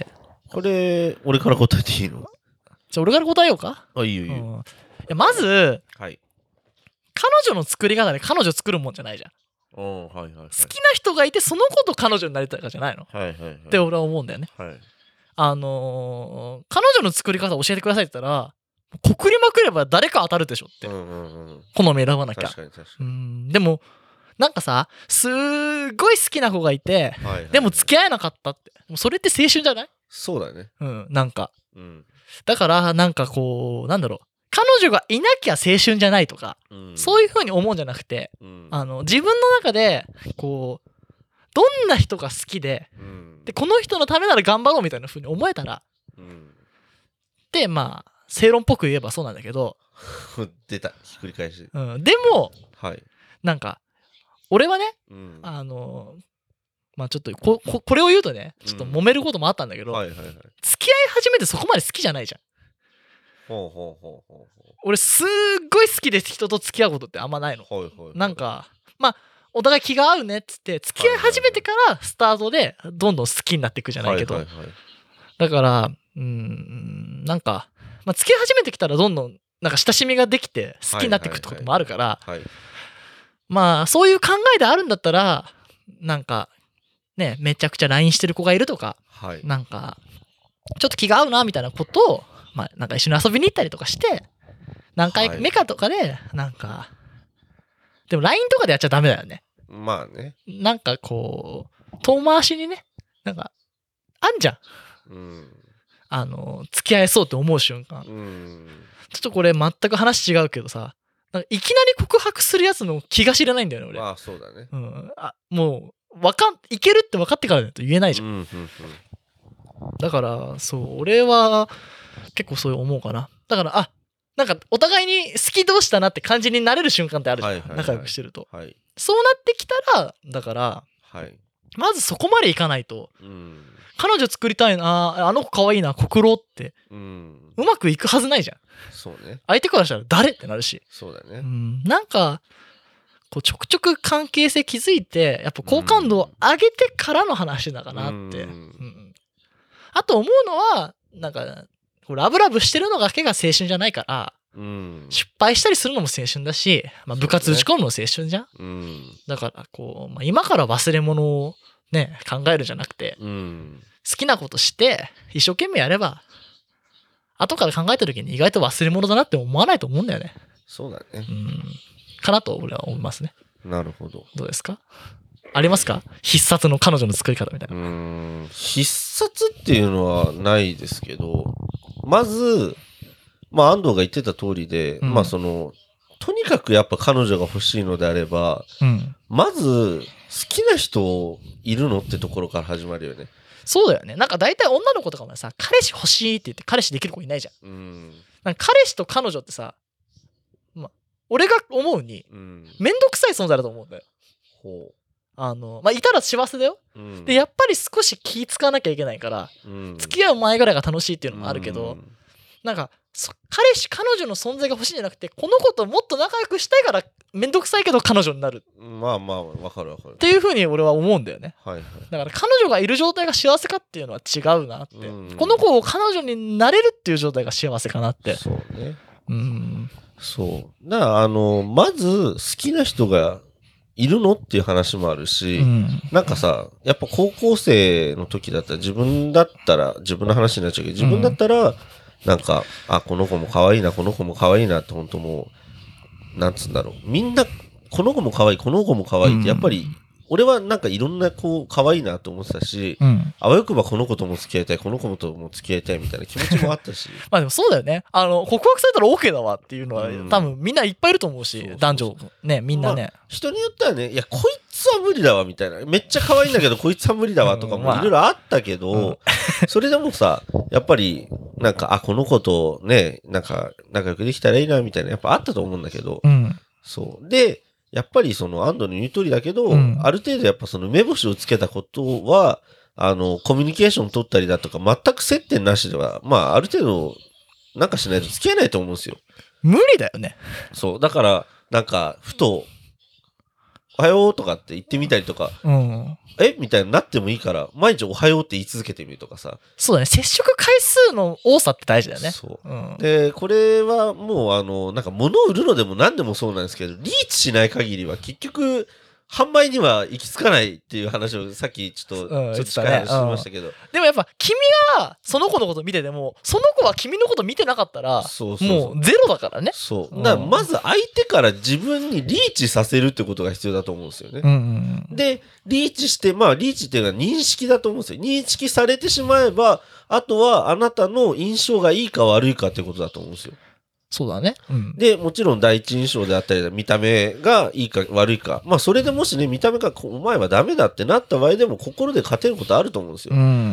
これ、俺から答えていいの？ じゃあ俺から答えようか。 あ、いいよいいよ。うん、いやまず、 はい、 彼女の作り方で彼女作るもんじゃないじゃん。 おはいはいはい、好きな人がいてその子と彼女になりたいかじゃないの、 はいはいはい、 って俺は思うんだよね。 はい、 あのー、彼女の作り方を教えてくださいって言ったら告りまくれば誰か当たるでしょって、うんうんうん、好み選ばなきゃ。 確かに確かに。 うんでもなんかさすっごい好きな子がいて、はいはいはい、でも付き合えなかったってもうそれって青春じゃない？ そうだね。 うんなんか、 うん、 だからなんかこうなんだろう彼女がいなきゃ青春じゃないとか、うん、そういう風に思うんじゃなくて、うん、あの自分の中でこうどんな人が好きで、うん、でこの人のためなら頑張ろうみたいな風に思えたら、うん、でまあ正論っぽく言えばそうなんだけど出たひっくり返し、 うん、でも、はい、なんか俺はね、うん、あのまあちょっと こ, こ, これを言うとねちょっと揉めることもあったんだけど、うんはいはいはい、付き合い始めてそこまで好きじゃないじゃん。ほうほうほうほう俺すっごい好きで人と付き合うことってあんまないの、はいはいはい、なんかまあお互い気が合うねっつって付き合い始めてからスタートでどんどん好きになっていくじゃないけど、はいはいはい、だからうーんなんか、まあ、付き合い始めてきたらどんどんなんか親しみができて好きになっていくってこともあるから、はいはいはいはい、まあそういう考えであるんだったらなんかねめちゃくちゃ ライン してる子がいるとか、はい、なんかちょっと気が合うなみたいなことをまあなんか一緒に遊びに行ったりとかして何回目かとかでなんかでも ライン とかでやっちゃダメだよね。 まあね。 なんかこう遠回しにねなんかあんじゃん、うん、あの付き合えそうって思う瞬間、うん、ちょっとこれ全く話違うけどさなんかいきなり告白するやつの気が知らないんだよね俺。 まあそうだね、 うん、あもうわかんいけるって分かってからだと言えないじゃん、うんうんうん、だからそう俺は結構そう思うかな。だからあなんかお互いに好き同士だなって感じになれる瞬間ってあるじゃん、はいはいはい、仲良くしてると、はい、そうなってきたらだから、はい、まずそこまでいかないと、うん、彼女作りたいなあの子可愛いな告ろうって、うん、うまくいくはずないじゃん。 そうね。 相手からしたら誰ってなるし。 そうだね、 うん、なんかこうちょくちょく関係性築いてやっぱ好感度を上げてからの話だかなって、うんうん、あと思うのはなんかラブラブしてるのだけが青春じゃないから、うん、失敗したりするのも青春だし、まあ、部活打ち込むのも青春じゃん、うん、だからこう、まあ、今から忘れ物をね考えるんじゃなくて、うん、好きなことして一生懸命やれば後から考えた時に意外と忘れ物だなって思わないと思うんだよね。 そうだね、 うん、かなと俺は思いますね。 なるほど。 どうですか？ありますか？必殺の彼女の作り方みたいな。うーん必殺っていうのはないですけど、まず、まあ安藤が言ってた通りで、うん、まあその、とにかくやっぱ彼女が欲しいのであれば、うん、まず、好きな人いるのってところから始まるよね。 そうだよね。なんか大体女の子とかもさ、彼氏欲しいって言って彼氏できる子いないじゃん。うん、なんか彼氏と彼女ってさ、まあ、俺が思うに、うん、めんどくさい存在だと思うんだよ。ほう。あの、まあ、いたら幸せだよ、うん、でやっぱり少し気使わなきゃいけないから、うん、付き合う前ぐらいが楽しいっていうのもあるけど、うん、なんか彼氏彼女の存在が欲しいんじゃなくてこの子ともっと仲良くしたいからめんどくさいけど彼女になる、 まあまあわかるわかるっていう風に俺は思うんだよね、はいはい、だから彼女がいる状態が幸せかっていうのは違うなって、うん、この子を彼女になれるっていう状態が幸せかなって。 そうね、うん、そうだからあのまず好きな人がいるのっていう話もあるし、うん、なんかさやっぱ高校生の時だったら自分だったら自分の話になっちゃうけど自分だったらなんか、うん、あこの子も可愛いなこの子も可愛いなって本当もうなんつうんだろうみんなこの子も可愛いこの子も可愛いってやっぱり、うん、俺はなんかいろんな子可愛いなと思ってたし、うん、あわよくばこの子とも付き合いたいこの子とも付き合いたいみたいな気持ちもあったしまあでもそうだよねあの告白されたら OK だわっていうのは、うん、多分みんないっぱいいると思うしそうそうそう男女ねみんなね、まあ、 人によってはねいやこいつは無理だわみたいなめっちゃ可愛いんだけどこいつは無理だわとかもいろいろあったけど、うんまあ、それでもさやっぱりなんかあこの子とねなんか仲良くできたらいいなみたいなやっぱあったと思うんだけど、うん、そうでやっぱりその安藤の言う通りだけど、うん、ある程度やっぱその目星をつけたことはあのコミュニケーション取ったりだとか全く接点なしではまあある程度なんかしないと付き合えないと思うんですよ。 無理だよね。 そうだからなんかふとおはようとかって言ってみたりとか、うん、えみたいになってもいいから、毎日おはようって言い続けてみるとかさ。 そうだね。接触回数の多さって大事だよね。 そう。うん、で、これはもう、あの、なんか物を売るのでも何でもそうなんですけど、リーチしない限りは結局、販売には行き着かないっていう話をさっきちょっと、うん、ちょっと近い話しましたけど、うん、 でもやっぱ君がその子のこと見ててもその子は君のこと見てなかったらそうそうそうもうゼロだからね。 そうだからまず相手から自分にリーチさせるってことが必要だと思うんですよね、うんうん、でリーチしてまあリーチっていうのは認識だと思うんですよ。認識されてしまえばあとはあなたの印象がいいか悪いかってことだと思うんですよ。 そうだね、うん、 でもちろん第一印象であったり見た目がいいか悪いか、まあそれでもしね見た目がお前はダメだってなった場合でも心で勝てることあると思うんですよ、うん、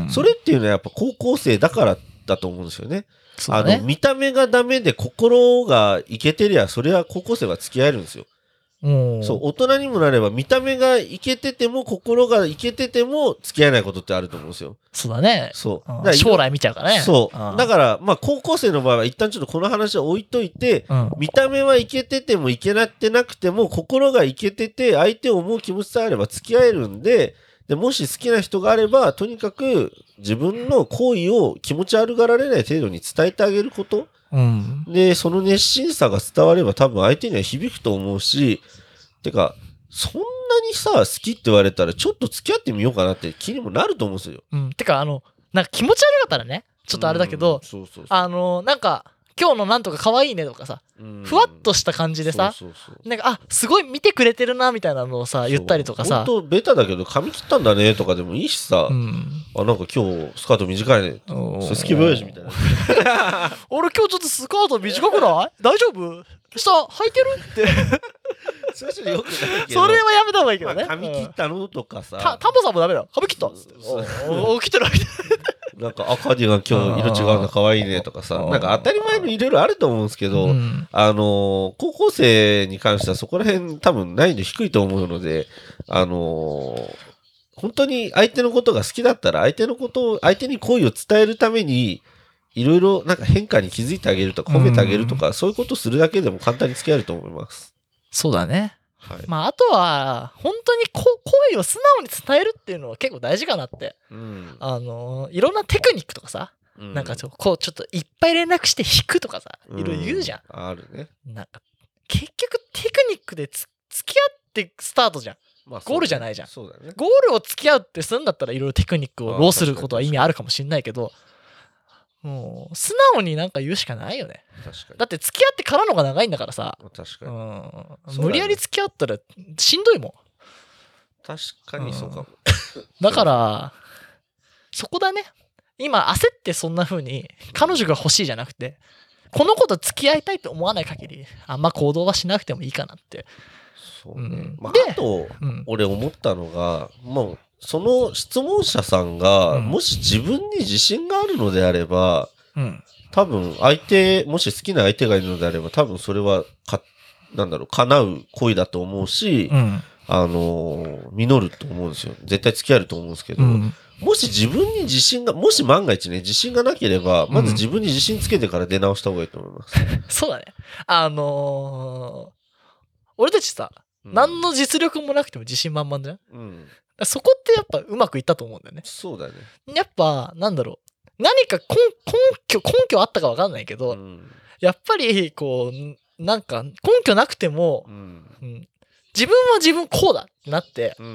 それっていうのはやっぱ高校生だからだと思うんですよね。 そうだね。 あの見た目がダメで心がイケてりゃそれは高校生は付き合えるんですよ。そう大人にもなれば見た目がイケてても心がイケてても付き合えないことってあると思うんですよ。 そうだね。 そうだから将来見ちゃうからね。 そうだからまあ高校生の場合は一旦ちょっとこの話は置いといて、うん、見た目はイケててもイケなってなくても心がイケてて相手を思う気持ちさえあれば付き合えるんで、でもし好きな人があればとにかく自分の行為を気持ち悪がられない程度に伝えてあげること、うん、でその熱心さが伝われば多分相手には響くと思うし、てかそんなにさ好きって言われたらちょっと付き合ってみようかなって気にもなると思うんですよ。 うん、てかあのなんか気持ち悪かったらねちょっとあれだけど、うん、そうそうそうあのなんか今日のなんとか可愛いねとかさ、うん、ふわっとした感じでさ、そうそうそうなんかあすごい見てくれてるなみたいなのをさ言ったりとかさ、 ほんとベタだけど髪切ったんだねとかでもいいしさ、うん、あなんか今日スカート短いねそれスキボヤジみたいな俺今日ちょっとスカート短くない大丈夫下履いてるってそれはよくないけどそれはやめた方がいいけどね、 まあ、髪切ったのとかさタンポさんもダメだ髪切ったっつっておお切ってないなんかあカーディガン今日色違うの可愛いねとかさなんか当たり前のいろいろあると思うんですけど、うん、あのー、高校生に関してはそこら辺多分難易度低いと思うのであのー、本当に相手のことが好きだったら相手のことを相手に好意を伝えるためにいろいろなんか変化に気づいてあげるとか褒めてあげるとか、うん、そういうことするだけでも簡単に付き合えると思います。 そうだね。はい、まああとは本当にこ声を素直に伝えるっていうのは結構大事かなって、うん、あのいろんなテクニックとかさ、うん、なんかちょこうちょっといっぱい連絡して引くとかさいろいろ言うじゃん、 うん、あるね。 なんか結局テクニックでつ付き合ってスタートじゃん、まあ、ゴールじゃないじゃん。 そうだね。 ゴールを付き合うってするんだったらいろいろテクニックをローすることは意味あるかもしれないけどもう素直になんか言うしかないよね。確かに。だって付き合ってからのが長いんだからさ。 確かに。 うん、無理やり付き合ったらしんどいもん。 確かにそうかも。 うん、だからそこだね。今焦ってそんな風に彼女が欲しいじゃなくてこの子と付き合いたいと思わない限りあんま行動はしなくてもいいかなって。 そうね。うん、まあ、あと、うん、俺思ったのがもうその質問者さんが、うん、もし自分に自信があるのであれば、うん、多分相手もし好きな相手がいるのであれば多分それはかなんだろう叶う恋だと思うし、うん、あのー、実ると思うんですよ。絶対付き合えると思うんですけど、うん、もし自分に自信がもし万が一ね自信がなければまず自分に自信つけてから出直した方がいいと思います。 うん、そうだね。あのー、俺たちさ、うん、何の実力もなくても自信満々じゃん。うんそこってやっぱうまくいったと思うんだよね。 そうだね。 やっぱなんだろう何か根, 根拠根拠あったか分かんないけど、うん、やっぱりこうなんか根拠なくても、うんうん、自分は自分こうだってなって、うん、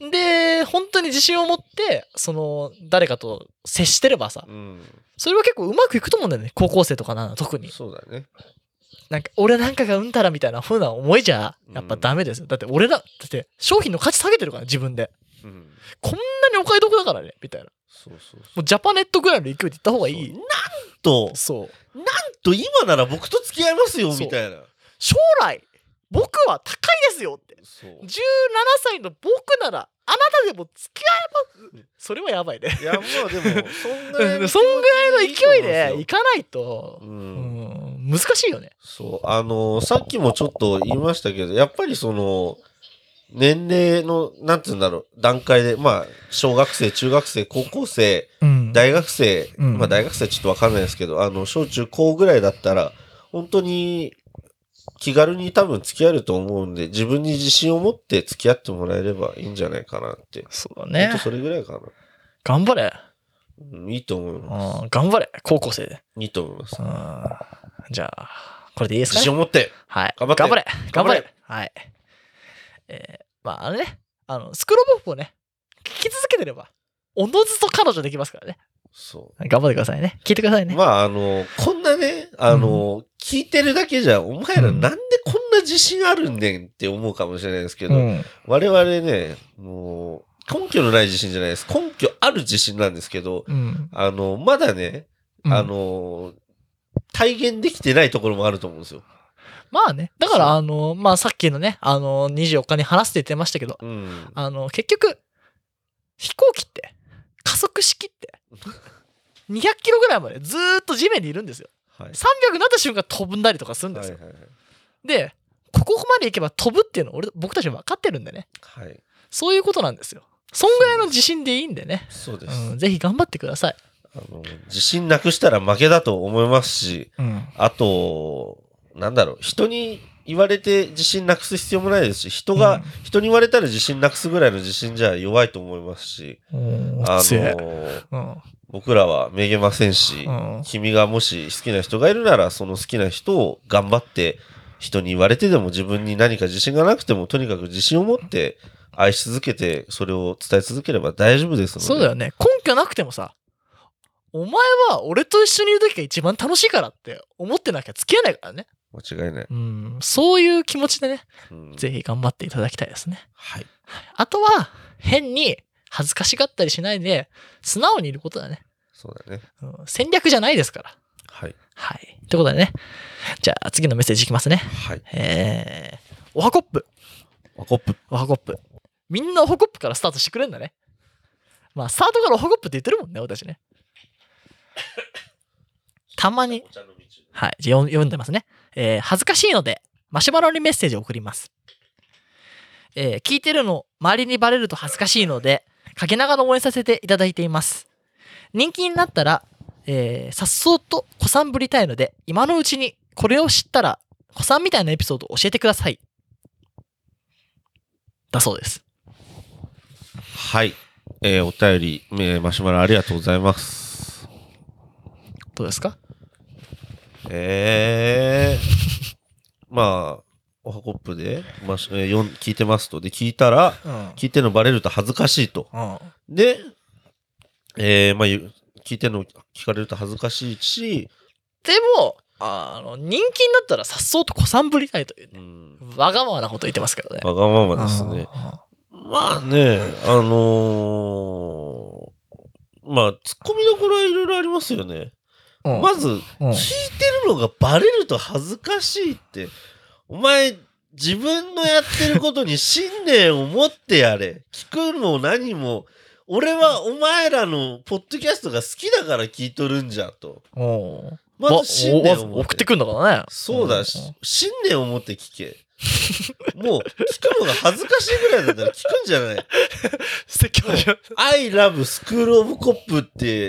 で本当に自信を持ってその誰かと接してればさ、うん、それは結構うまくいくと思うんだよね。高校生とかなの特に。 そうだね。 なんか俺なんかがうんたらみたいな風な思いじゃやっぱダメですよ。だって俺らだって商品の価値下げてるから自分で。うん、こんなにお買い得だからねみたいな。そうそうそうもうジャパネットぐらいの勢いで行った方がいい。 なんとそうなんと今なら僕と付き合いますよみたいな。 将来僕は高いですよってじゅうななさいの僕ならあなたでも付き合えます。それはやばいね。 いやまあでもそんぐらいのそんぐらいの勢いで行かないと、うんうん、難しいよね。 そうあのー、さっきもちょっと言いましたけどやっぱりその年齢のなんて言うんだろう段階でまあ小学生中学生高校生、うん、大学生、うん、まあ大学生ちょっと分かんないですけどあの小中高ぐらいだったら本当に気軽に多分付き合えると思うんで、自分に自信を持って付き合ってもらえればいいんじゃないかなって。 そうだね。 ほんとそれぐらいかな。 頑張れ。 うん、いいと思います。 うん、頑張れ。高校生で。 いいと思います。 うん、じゃあ、これでいいですかね。 自信を持って。 はい。 頑張って。 頑張れ。頑張れ。 張れはい。えー、まあ、あのね、あの、スクロールポップをね、聞き続けてれば、おのずと彼女できますからね。 そう。 頑張ってくださいね。聞いてくださいね。 まあ、あの、こんなね、あの、うん、聞いてるだけじゃ、お前らなんでこんな自信あるんねんって思うかもしれないですけど、うん、我々ね、もう、根拠のない自信じゃないです。根拠ある自信なんですけど、うん、あの、まだね、あの、うん、体現できてないところもあると思うんですよ。 まあね。だから、あの、まあさっきのね、あの、にじゅうよっかに話すって言ってましたけど、うん、あの、結局、飛行機って、加速しきって、にひゃくキロぐらいまでずーっと地面にいるんですよ。はい、さんびゃくになった瞬間飛んだりとかするんですよ。はいはいはい、で、ここまで行けば飛ぶっていうのを俺僕たちは分かってるんでね。はい、そういうことなんですよ。そんぐらいの自信でいいんでね。 そうです。 うん、ぜひ頑張ってください。 あの自信なくしたら負けだと思いますし、うん、あと、なんだろう、人に言われて自信なくす必要もないですし、人が、うん、人に言われたら自信なくすぐらいの自信じゃ弱いと思いますし、あのーうん、僕らはめげませんし、うん、君がもし好きな人がいるなら、その好きな人を頑張って、人に言われてでも自分に何か自信がなくても、とにかく自信を持って愛し続けて、それを伝え続ければ大丈夫ですので。 そうだよね。根拠なくてもさ、お前は俺と一緒にいる時が一番楽しいからって思ってなきゃ付き合えないからね。 間違いない。 うん、そういう気持ちでね、うん、ぜひ頑張っていただきたいですね。 はい。 あとは、変に恥ずかしがったりしないで、素直にいることだね。 そうだね。 うん、戦略じゃないですから。 はい。 はい。ということでね、じゃあ次のメッセージいきますね。 はい。 えー、おはコップ。 おはコップ。 おはコップ。みんなおはコップからスタートしてくれんだね。まあ、スタートからおはコップって言ってるもんね、私ね。たまに、はい、読んでますね。えー、恥ずかしいので、マシュマロにメッセージを送ります。えー、聞いてるの、周りにバレると恥ずかしいので、かけながら応援させていただいています。人気になったら、えー、さっそうと子さんぶりたいので、今のうちにこれを知ったら、子さんみたいなエピソードを教えてください。だそうです。 はい。えー、お便り、えー、マシュマロありがとうございます。 どうですか？ えー、まあ、おはコップで、まあ、えー、よん聞いてますと。で、聞いたら、うん、聞いてるのバレると恥ずかしいと。うん、で、えー、まあ、聞いてるの聞かれると恥ずかしいし、 でも、あの、人気になったらさっそうと子さんぶりたいというね、うん、わがままなこと言ってますけどね。 わがままですね。まあね、あのー、まあ、ツッコミどころはいろいろありますよね。うん、まず、うん、聞いてるのがバレると恥ずかしいって、お前、自分のやってることに信念を持ってやれ。聞くの何も、俺はお前らのポッドキャストが好きだから聞いとるんじゃと。まず信念を持って。 送ってくんだからね。 そうだし、信念を持って聞け。もう、聞くのが恥ずかしいぐらいだったら聞くんじゃない説教じゃん。 I love School of Cop って、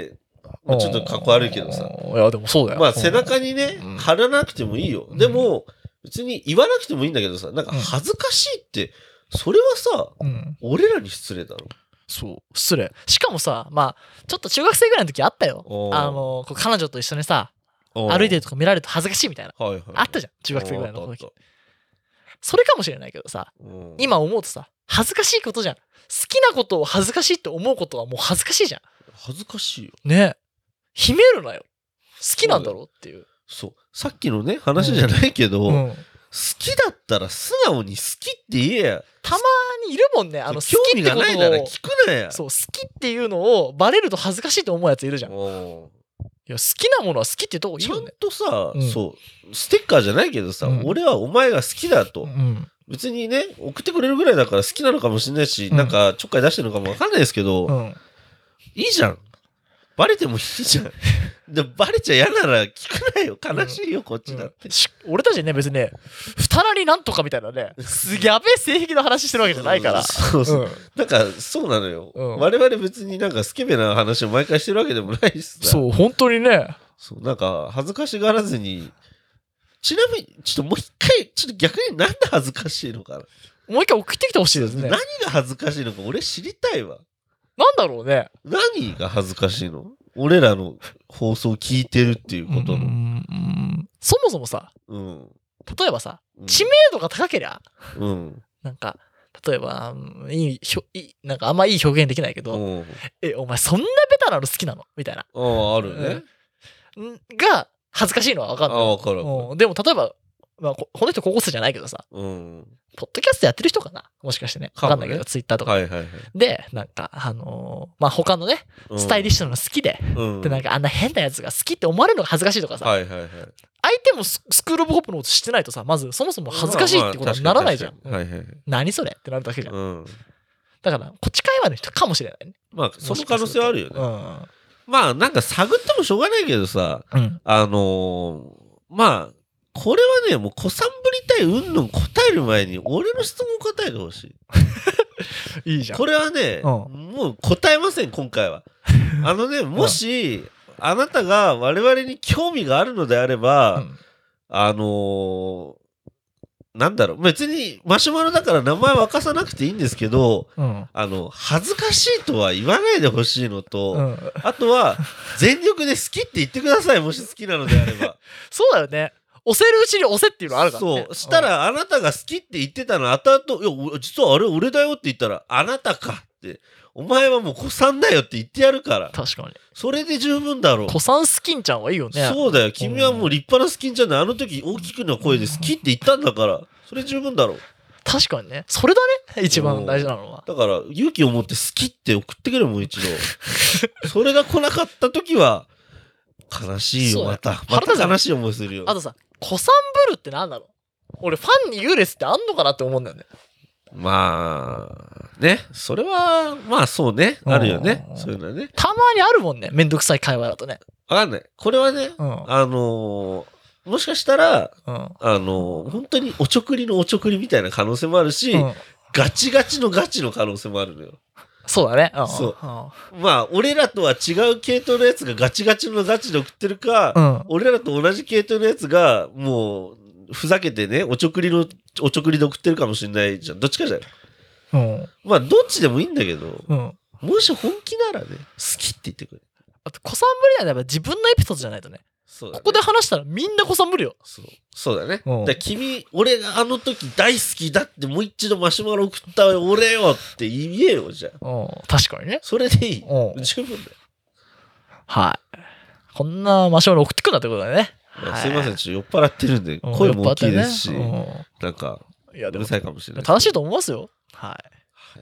ちょっとかっこ悪いけどさ。 いや、でもそうだよ。 まあ、背中にね、貼らなくてもいいよ。でも、別に言わなくてもいいんだけどさ、なんか恥ずかしいって、それはさ、俺らに失礼だろ。 そう、失礼。しかもさ、まあ、ちょっと中学生ぐらいの時あったよ。あの、こう彼女と一緒にさ、歩いてるとか見られると恥ずかしいみたいな。はいはい、あったじゃん、中学生ぐらいの時。それかもしれないけどさ、今思うとさ、恥ずかしいことじゃん。好きなことを恥ずかしいって思うことはもう恥ずかしいじゃん。 恥ずかしいよ。 ね。秘めるなよ。好きなんだろうっていう。 そう。さっきのね、話じゃないけど、うんうん、好きだったら素直に好きって言えや。 たまにいるもんね。あの、好きってことを。興味がないなら聞くなや。 そう、好きっていうのをバレると恥ずかしいと思うやついるじゃん。いや、好きなものは好きってとこいいよね。 ちゃんとさ、うん、そう、ステッカーじゃないけどさ、うん、俺はお前が好きだと。うん、別にね、送ってくれるぐらいだから好きなのかもしれないし、うん、なんかちょっかい出してるのかもわかんないですけど、うん、いいじゃん。バレてもいいじゃん。でバレちゃ嫌なら聞くなよ。悲しいよ、うん、こっちだって、 うん。俺たちね、別にね、二人になんとかみたいなね、すげえやべえ性癖の話してるわけじゃないから。 そうそう。うん、なんか、そうなのよ、うん。我々別になんかスケベな話を毎回してるわけでもないしさ。 そう、本当にね。 そう、なんか、恥ずかしがらずに、 ちなみに、ちょっともう一回、ちょっと逆になんで恥ずかしいのかな。 もう一回送ってきてほしいですね。 何が恥ずかしいのか俺知りたいわ。 なんだろうね。 何が恥ずかしいの？俺らの放送聞いてるっていうことの。うん、 そもそもさ、 うん、 例えばさ、知名度が高けりゃ、うん、なんか、例えば、いい、いい、なんかあんまいい表現できないけど、うん、え、お前そんなベタなの好きなのみたいな。 ああ、あるね、 うん。が、恥ずかしいのは分かんない。 ああ、分かる。 うん、でも例えば、まあ、この人高校生じゃないけどさ、うん、ポッドキャストやってる人かなもしかしてね。分かんないけど、ツイッターとか。 はいはいはい。 で、なんか、あのー、まあ、他のね、スタイリッシュなの好きで、うん、で、なんかあんな変なやつが好きって思われるのが恥ずかしいとかさ、はいはいはい、相手もスクールオブホップのこと知ってないとさ、まずそもそも恥ずかしいってことにならないじゃん。はいはい、何それってなるだけじゃん。うん、だから、こっち界隈の人かもしれないね。 まあ、その可能性はあるよね。うん、まあ、なんか探ってもしょうがないけどさ、うん、あのー、まあ、これはね、もう子さんぶりたいうんぬん答える前に、俺の質問答えてほしい。いいじゃん。これはね、うん、もう答えません、今回は。あのね、もし、うん、あなたが我々に興味があるのであれば、うん、あのー、なんだろう、別にマシュマロだから名前明かさなくていいんですけど、うん、あの、恥ずかしいとは言わないでほしいのと、うん、あとは、全力で好きって言ってください、もし好きなのであれば。 そうだよね。押せるうちに押せっていうのあるからね。 そう。したら、あなたが好きって言ってたの、後々、いや、実はあれ俺だよって言ったら、あなたかって。お前はもう子さんだよって言ってやるから。 確かに。 それで十分だろう。 子さんスキンちゃんはいいよね。 そうだよ。君はもう立派なスキンちゃんで、あの時大きくな声で好きって言ったんだから、それ十分だろう。 確かにね。それだね。一番大事なのは。 だから、勇気を持って好きって送ってくれ、もう一度。それが来なかった時は、悲しいよ、また。また悲しい思いするよ。 あとさ、子さんぶるってなんだろう？俺ファンに優劣ってあんのかなって思うんだよね。 まあね、それはまあそうね、あるよね、そういうのはね。 たまにあるもんね、めんどくさい会話だとね。 わかんない。これはね、うん、あのー、もしかしたら、うん、あのー、本当におちょくりのおちょくりみたいな可能性もあるし、うん、ガチガチのガチの可能性もあるのよ。 そうだね。 うん、そう。うん、まあ、俺らとは違う系統のやつがガチガチのガチで送ってるか、うん、俺らと同じ系統のやつが、もう、ふざけてね、おちょくりの、おちょくりで送ってるかもしれないじゃん。どっちかじゃない。うん、まあ、どっちでもいいんだけど、うん、もし本気ならね、好きって言ってくれ。 あと、子さんぶりなら自分のエピソードじゃないとね。そうだね、ここで話したらみんな子さんぶりよ。 そう。そうだね。うん、だ君、俺があの時大好きだってもう一度マシュマロ送った俺よって言えよ、じゃあ。 うん、確かにね。 それでいい。うん、十分だよ。 はい。こんなマシュマロ送ってくんだってことだね。 はい、すいません、ちょっと酔っ払ってるんで、声も大きいですし、ね、なんか、うるさいかもしれない。 正しいと思いますよ。はい。はい、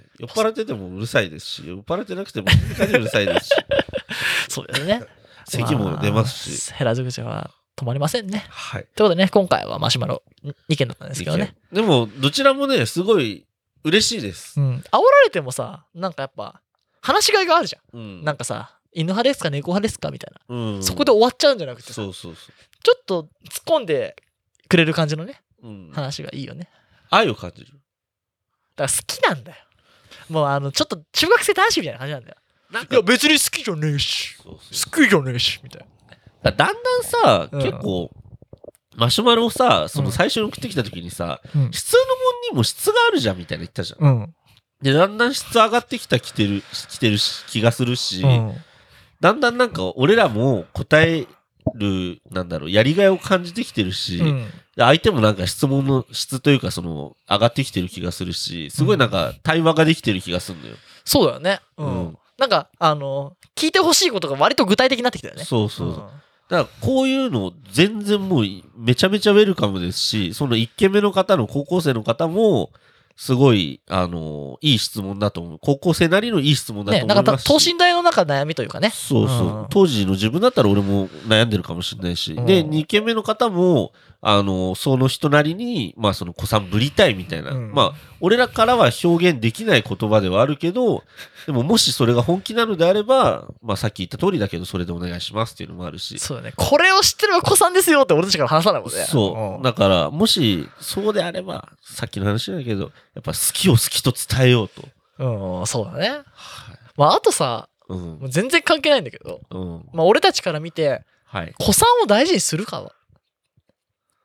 酔っ払っててもうるさいですし、酔っ払ってなくても静かにうるさいですし。 そうですね。 咳も出ますし。 減らず口は止まりませんね。はい。ということでね、今回はマシュマロにけんだったんですけどね。 でも、どちらもね、すごい嬉しいです。 うん。煽られてもさ、なんかやっぱ、話しがいがあるじゃん。うん、なんかさ、犬派ですか猫派ですかみたいな、うん、そこで終わっちゃうんじゃなくてさ、そうそうそう、ちょっと突っ込んでくれる感じのね、うん、話がいいよね。 愛を感じる。 だから好きなんだよ。もうあのちょっと中学生男子みたいな感じなんだよ。なんかいや別に好きじゃねえし、そうそう好きじゃねえしみたいな。だんだんさ、うん、結構マシュマロをさ、その最初に送ってきた時にさ、うん、質のもんにも質があるじゃんみたいな言ったじゃん。うん、でだんだん質上がってきたきてるきてる気がするし。うん、だんだんなんか俺らも答えるなんだろうやりがいを感じてきてるし、うん、相手もなんか質問の質というかその上がってきてる気がするし、すごいなんか対話ができてる気がするんだよ。 そうだよね。うん。うん、なんかあの聞いてほしいことが割と具体的になってきたよね。 そうそう。うん、だからこういうの全然もうめちゃめちゃウェルカムですし、そのいっけんめの方の高校生の方も。すごい、あのー、いい質問だと思う。高校生なりのいい質問だと思いますし。ね、なんか等身大の中悩みというかね。 そうそう。うん、当時の自分だったら俺も悩んでるかもしれないし。うん、で、にけんめの方も、あのー、その人なりに、まあその子さんぶりたいみたいな。うん、まあ、俺らからは表現できない言葉ではあるけど、でももしそれが本気なのであれば、まあさっき言った通りだけど、それでお願いしますっていうのもあるし。 そうだね。これを知ってれば子さんですよって俺たちから話さないもんね。 そう。うん、だから、もし、そうであれば、さっきの話だけど、やっぱ好きを好きと伝えようと。 うん、そうだね。はい、まああとさ、うん、全然関係ないんだけど、うん、まあ俺たちから見て、はい、子さんを大事にするかは。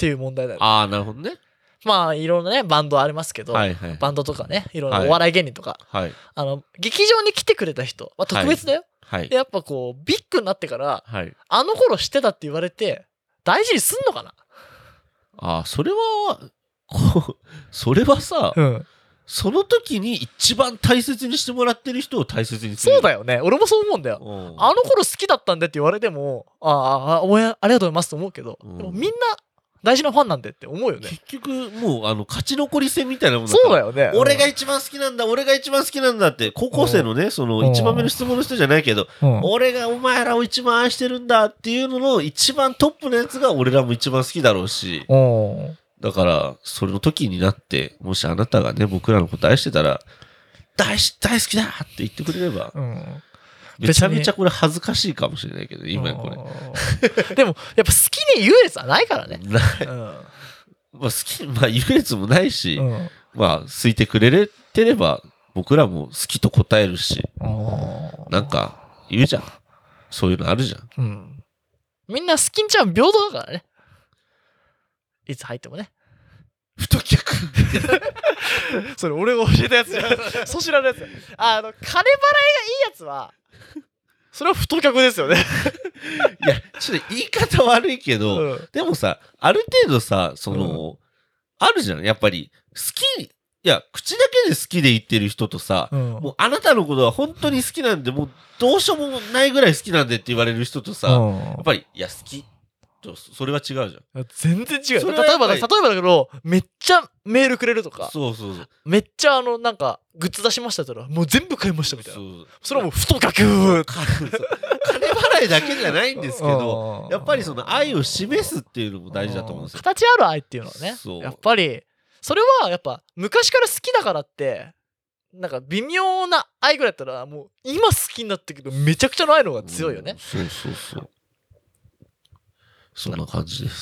っていう問題だよね。 ああ、なるほどね。 まあいろんなねバンドありますけど、 はいはい、 バンドとかねいろんなお笑い芸人とか、 はい、 あの劇場に来てくれた人、まあ、特別だよ、 はい、 でやっぱこうビッグになってから、 はい、 あの頃知ってたって言われて大事にすんのかな。 ああ、それはこうそれはさ、うん、その時に一番大切にしてもらってる人を大切にする。 そうだよね。俺もそう思うんだよ。あの頃好きだったんでって言われても、ああ、応援ありがとうございますと思うけど、うん、でもみんな大事なファンなんでって思うよね。 結局もうあの勝ち残り戦みたいなもんだから。そうだよね。 俺が一番好きなんだ、俺が一番好きなんだって高校生のね、その一番目の質問の人じゃないけど、俺がお前らを一番愛してるんだっていうのの一番トップのやつが俺らも一番好きだろうし。だからそれの時になってもしあなたがね僕らのこと愛してたら大大好きだって言ってくれれば。うん、めちゃめちゃこれ恥ずかしいかもしれないけど今これでもやっぱ好きに優劣はないからね。 ない、うん、まあ好きまあ優劣もないし、うん、まあ好いてくれてれば僕らも好きと答えるし、なんか言うじゃん、そういうのあるじゃん、うん、 みんな好きんちゃん平等だからね、いつ入ってもね。 太客それ俺が教えたやつじゃん。そ知らないやつ。あの金払いがいいやつはそれは太客ですよね。 いやちょっと言い方悪いけど、うん、でもさある程度さその、うん、あるじゃんやっぱり好きいや口だけで好きで言ってる人とさ、うん、もうあなたのことは本当に好きなんでもうどうしようもないぐらい好きなんでって言われる人とさ、うん、やっぱりいや好きそれは違うじゃん。 全然違う。例えばだ例えばだけどめっちゃメールくれるとか、 そうそうそう、 めっちゃあのなんかグッズ出しましたって言ったらもう全部買いましたみたいな。そう、それはもう太客。金払いだけじゃないんですけど、やっぱりその愛を示すっていうのも大事だと思うんですよ。 形ある愛っていうのはね。やっぱりそれはやっぱ昔から好きだからってなんか微妙な愛ぐらいだったらもう今好きになってるけどめちゃくちゃの愛の方が強いよね。 そうそうそう。そんな感じです。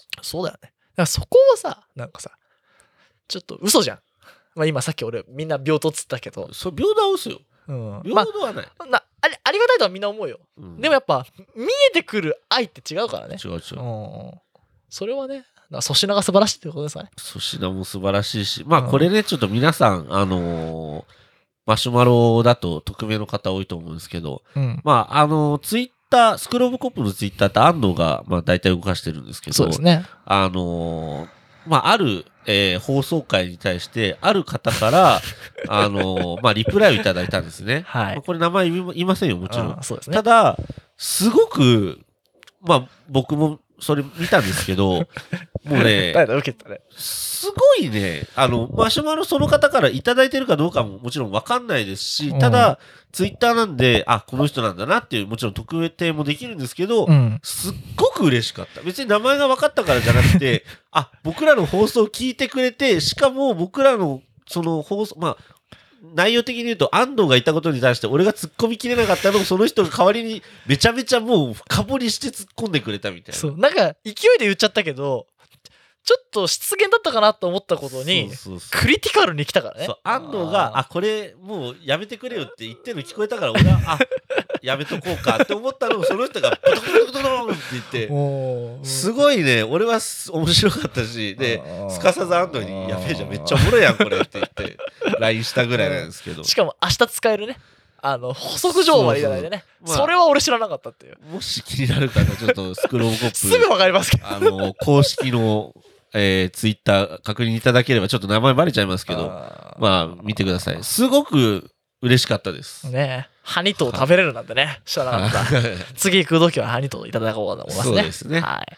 そうだよね。だからそこをさ、なんかさ、ちょっと嘘じゃん。まあ今さっき俺みんな平等っつったけど。 そう、平等は嘘よ。うん。平等はない。 まあ、なあり、ありがたいとはみんな思うよ。うん、でもやっぱ見えてくる愛って違うからね。 違う違う。うん、 それはね、粗品が素晴らしいってことですかね。 粗品も素晴らしいし、まあこれね、ちょっと皆さん、あのー、マシュマロだと匿名の方多いと思うんですけど、うん、まああのー、ツイッタースクローブコップのツイッターって安藤がまあ大体動かしてるんですけど、 そうですね。 あのー、まあある、えー、放送回に対してある方からあのー、まあリプライをいただいたんですね。はい。まあ、これ名前言いませんよもちろん。 そうですね。 ただすごくまあ僕もそれ見たんですけど、もうね、 受けたね。 すごいね、あの、マシュマロその方からいただいてるかどうかももちろんわかんないですし、ただ、ツイッターなんで、あ、この人なんだなっていう、もちろん特定もできるんですけど、うん、すっごく嬉しかった。別に名前が分かったからじゃなくて、あ、僕らの放送を聞いてくれて、しかも僕らのその放送、まあ、内容的に言うと安藤が言ったことに対して俺が突っ込みきれなかったのをその人が代わりにめちゃめちゃもう深掘りして突っ込んでくれたみたいな。 そう、なんか勢いで言っちゃったけど、ちょっと失言だったかなと思ったことにクリティカルに来たからね。そう、 安藤があこれもうやめてくれよって言ってるの聞こえたから俺はあやめとこうかって思ったのをその人がポトコトコトコって言ってすごいね俺は面白かったしですかさず安藤に「やべえじゃんめっちゃおもろいやんこれ」って言って ライン したぐらいなんですけど、 しかも明日使えるねあの補足情報までいただいてね。そうそう、まあ、それは俺知らなかったっていう。 もし気になる方ちょっとスクローブコップすぐわかりますけどあの公式のえー、ツイッター確認いただければちょっと名前バレちゃいますけど、あまあ見てください。すごく嬉しかったです。 ねえ、ハニトを食べれるなんてね、知らなかった。次行く時はハニトをいただこうと思いますね。 そうですね。 はい。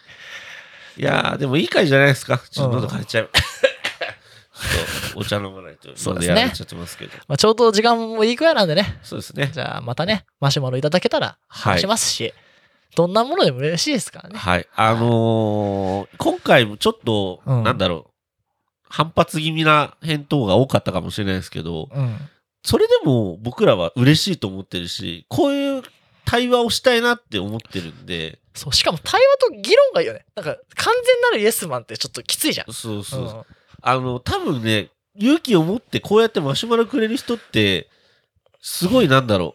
いやーでもいい回じゃないですか。ちょっと喉枯れちゃう。ちょっとお茶飲まないと喉やられちゃってますけど。 まあちょうど時間もいいくらいなんでね。 そうですね。 じゃあまたねマシュマロいただけたら話しますし。はい、どんなものでも嬉しいですからね。 はい。あのー、今回もちょっと、うん、なんだろう、反発気味な返答が多かったかもしれないですけど、うん、それでも僕らは嬉しいと思ってるし、こういう対話をしたいなって思ってるんで。 そう、しかも対話と議論がいいよね。なんか完全なるイエスマンってちょっときついじゃん。 そうそう。うん、あの、多分ね、勇気を持ってこうやってマシュマロくれる人って、すごいなんだろう。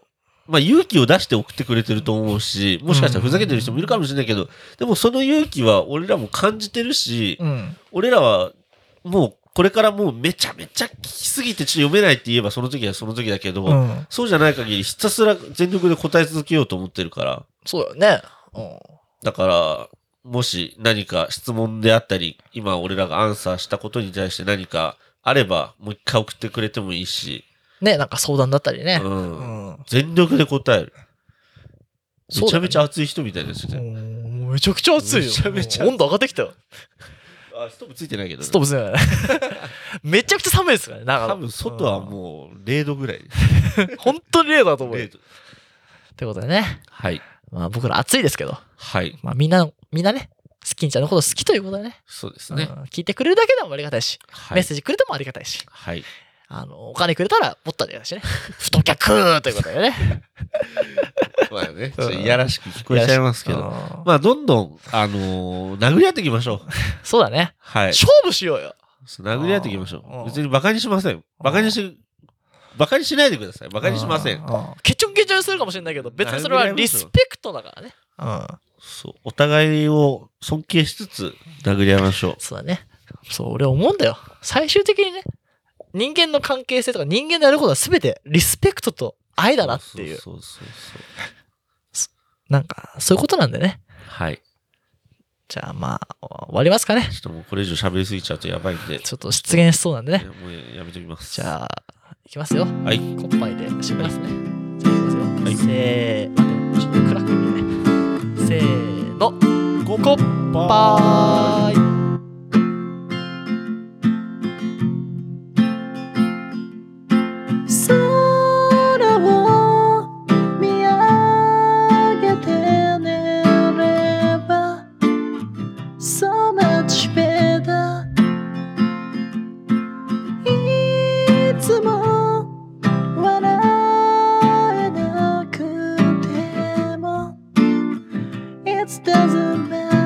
まあ勇気を出して送ってくれてると思うし、もしかしたらふざけてる人もいるかもしれないけど、うん、でもその勇気は俺らも感じてるし、うん、俺らはもうこれからもうめちゃめちゃ聞きすぎてちょっと読めないって言えばその時はその時だけど、うん、そうじゃない限りひたすら全力で答え続けようと思ってるから。 そうよね。うん、 だから、もし何か質問であったり、今俺らがアンサーしたことに対して何かあれば、もう一回送ってくれてもいいし。 ね、なんか相談だったりね。 うんうん、全力で答える。めちゃめちゃ熱い人みたいですよね。 もうめちゃくちゃ熱いよ。めちゃめちゃ温度上がってきたよ。 あ、ストーブついてないけどね。 ストーブついてない。めちゃくちゃ寒いですからね。 多分外はもうれいどぐらい。 本当にれいどだと思うよ。ということでね。 はい。 まあ僕ら暑いですけど。 はい。 まあみんな、みんなね、スキンちゃんのこと好きということでね。 そうですね。 うん、聞いてくれるだけでもありがたいし、はい、メッセージくれてもありがたいし。 はい。 あの、お金くれたらもっとありがたいしね。太客ということでね。 まあね、ちょっといやらしく聞こえちゃいますけど。まあどんどん、あのー、殴り合っていきましょう。 そうだね。 はい。 勝負しようよ。 殴り合っていきましょう。別にバカにしません。バカにし、バカにしないでください。バカにしません。 ケチョンケチョンするかもしれないけど、別にそれはリスペクトだからね。うん。 そう。お互いを尊敬しつつ殴り合いましょう。 そうだね。そう、俺思うんだよ。最終的にね、人間の関係性とか人間でやることは全てリスペクトと愛だなっていう。 そうそうそうそう。なんか、そういうことなんでね。 はい。 じゃあまあ、終わりますかね。 ちょっともうこれ以上喋りすぎちゃうとやばいんで。 ちょっと出現しそうなんでね。 もうやめときます。 じゃあ、いきますよ。 はい。 コッパイで締めますね。じゃあいきますよ。はい、せー、待って、ちょっと暗く見てね。せーの。コッパーイ。 Doesn't matter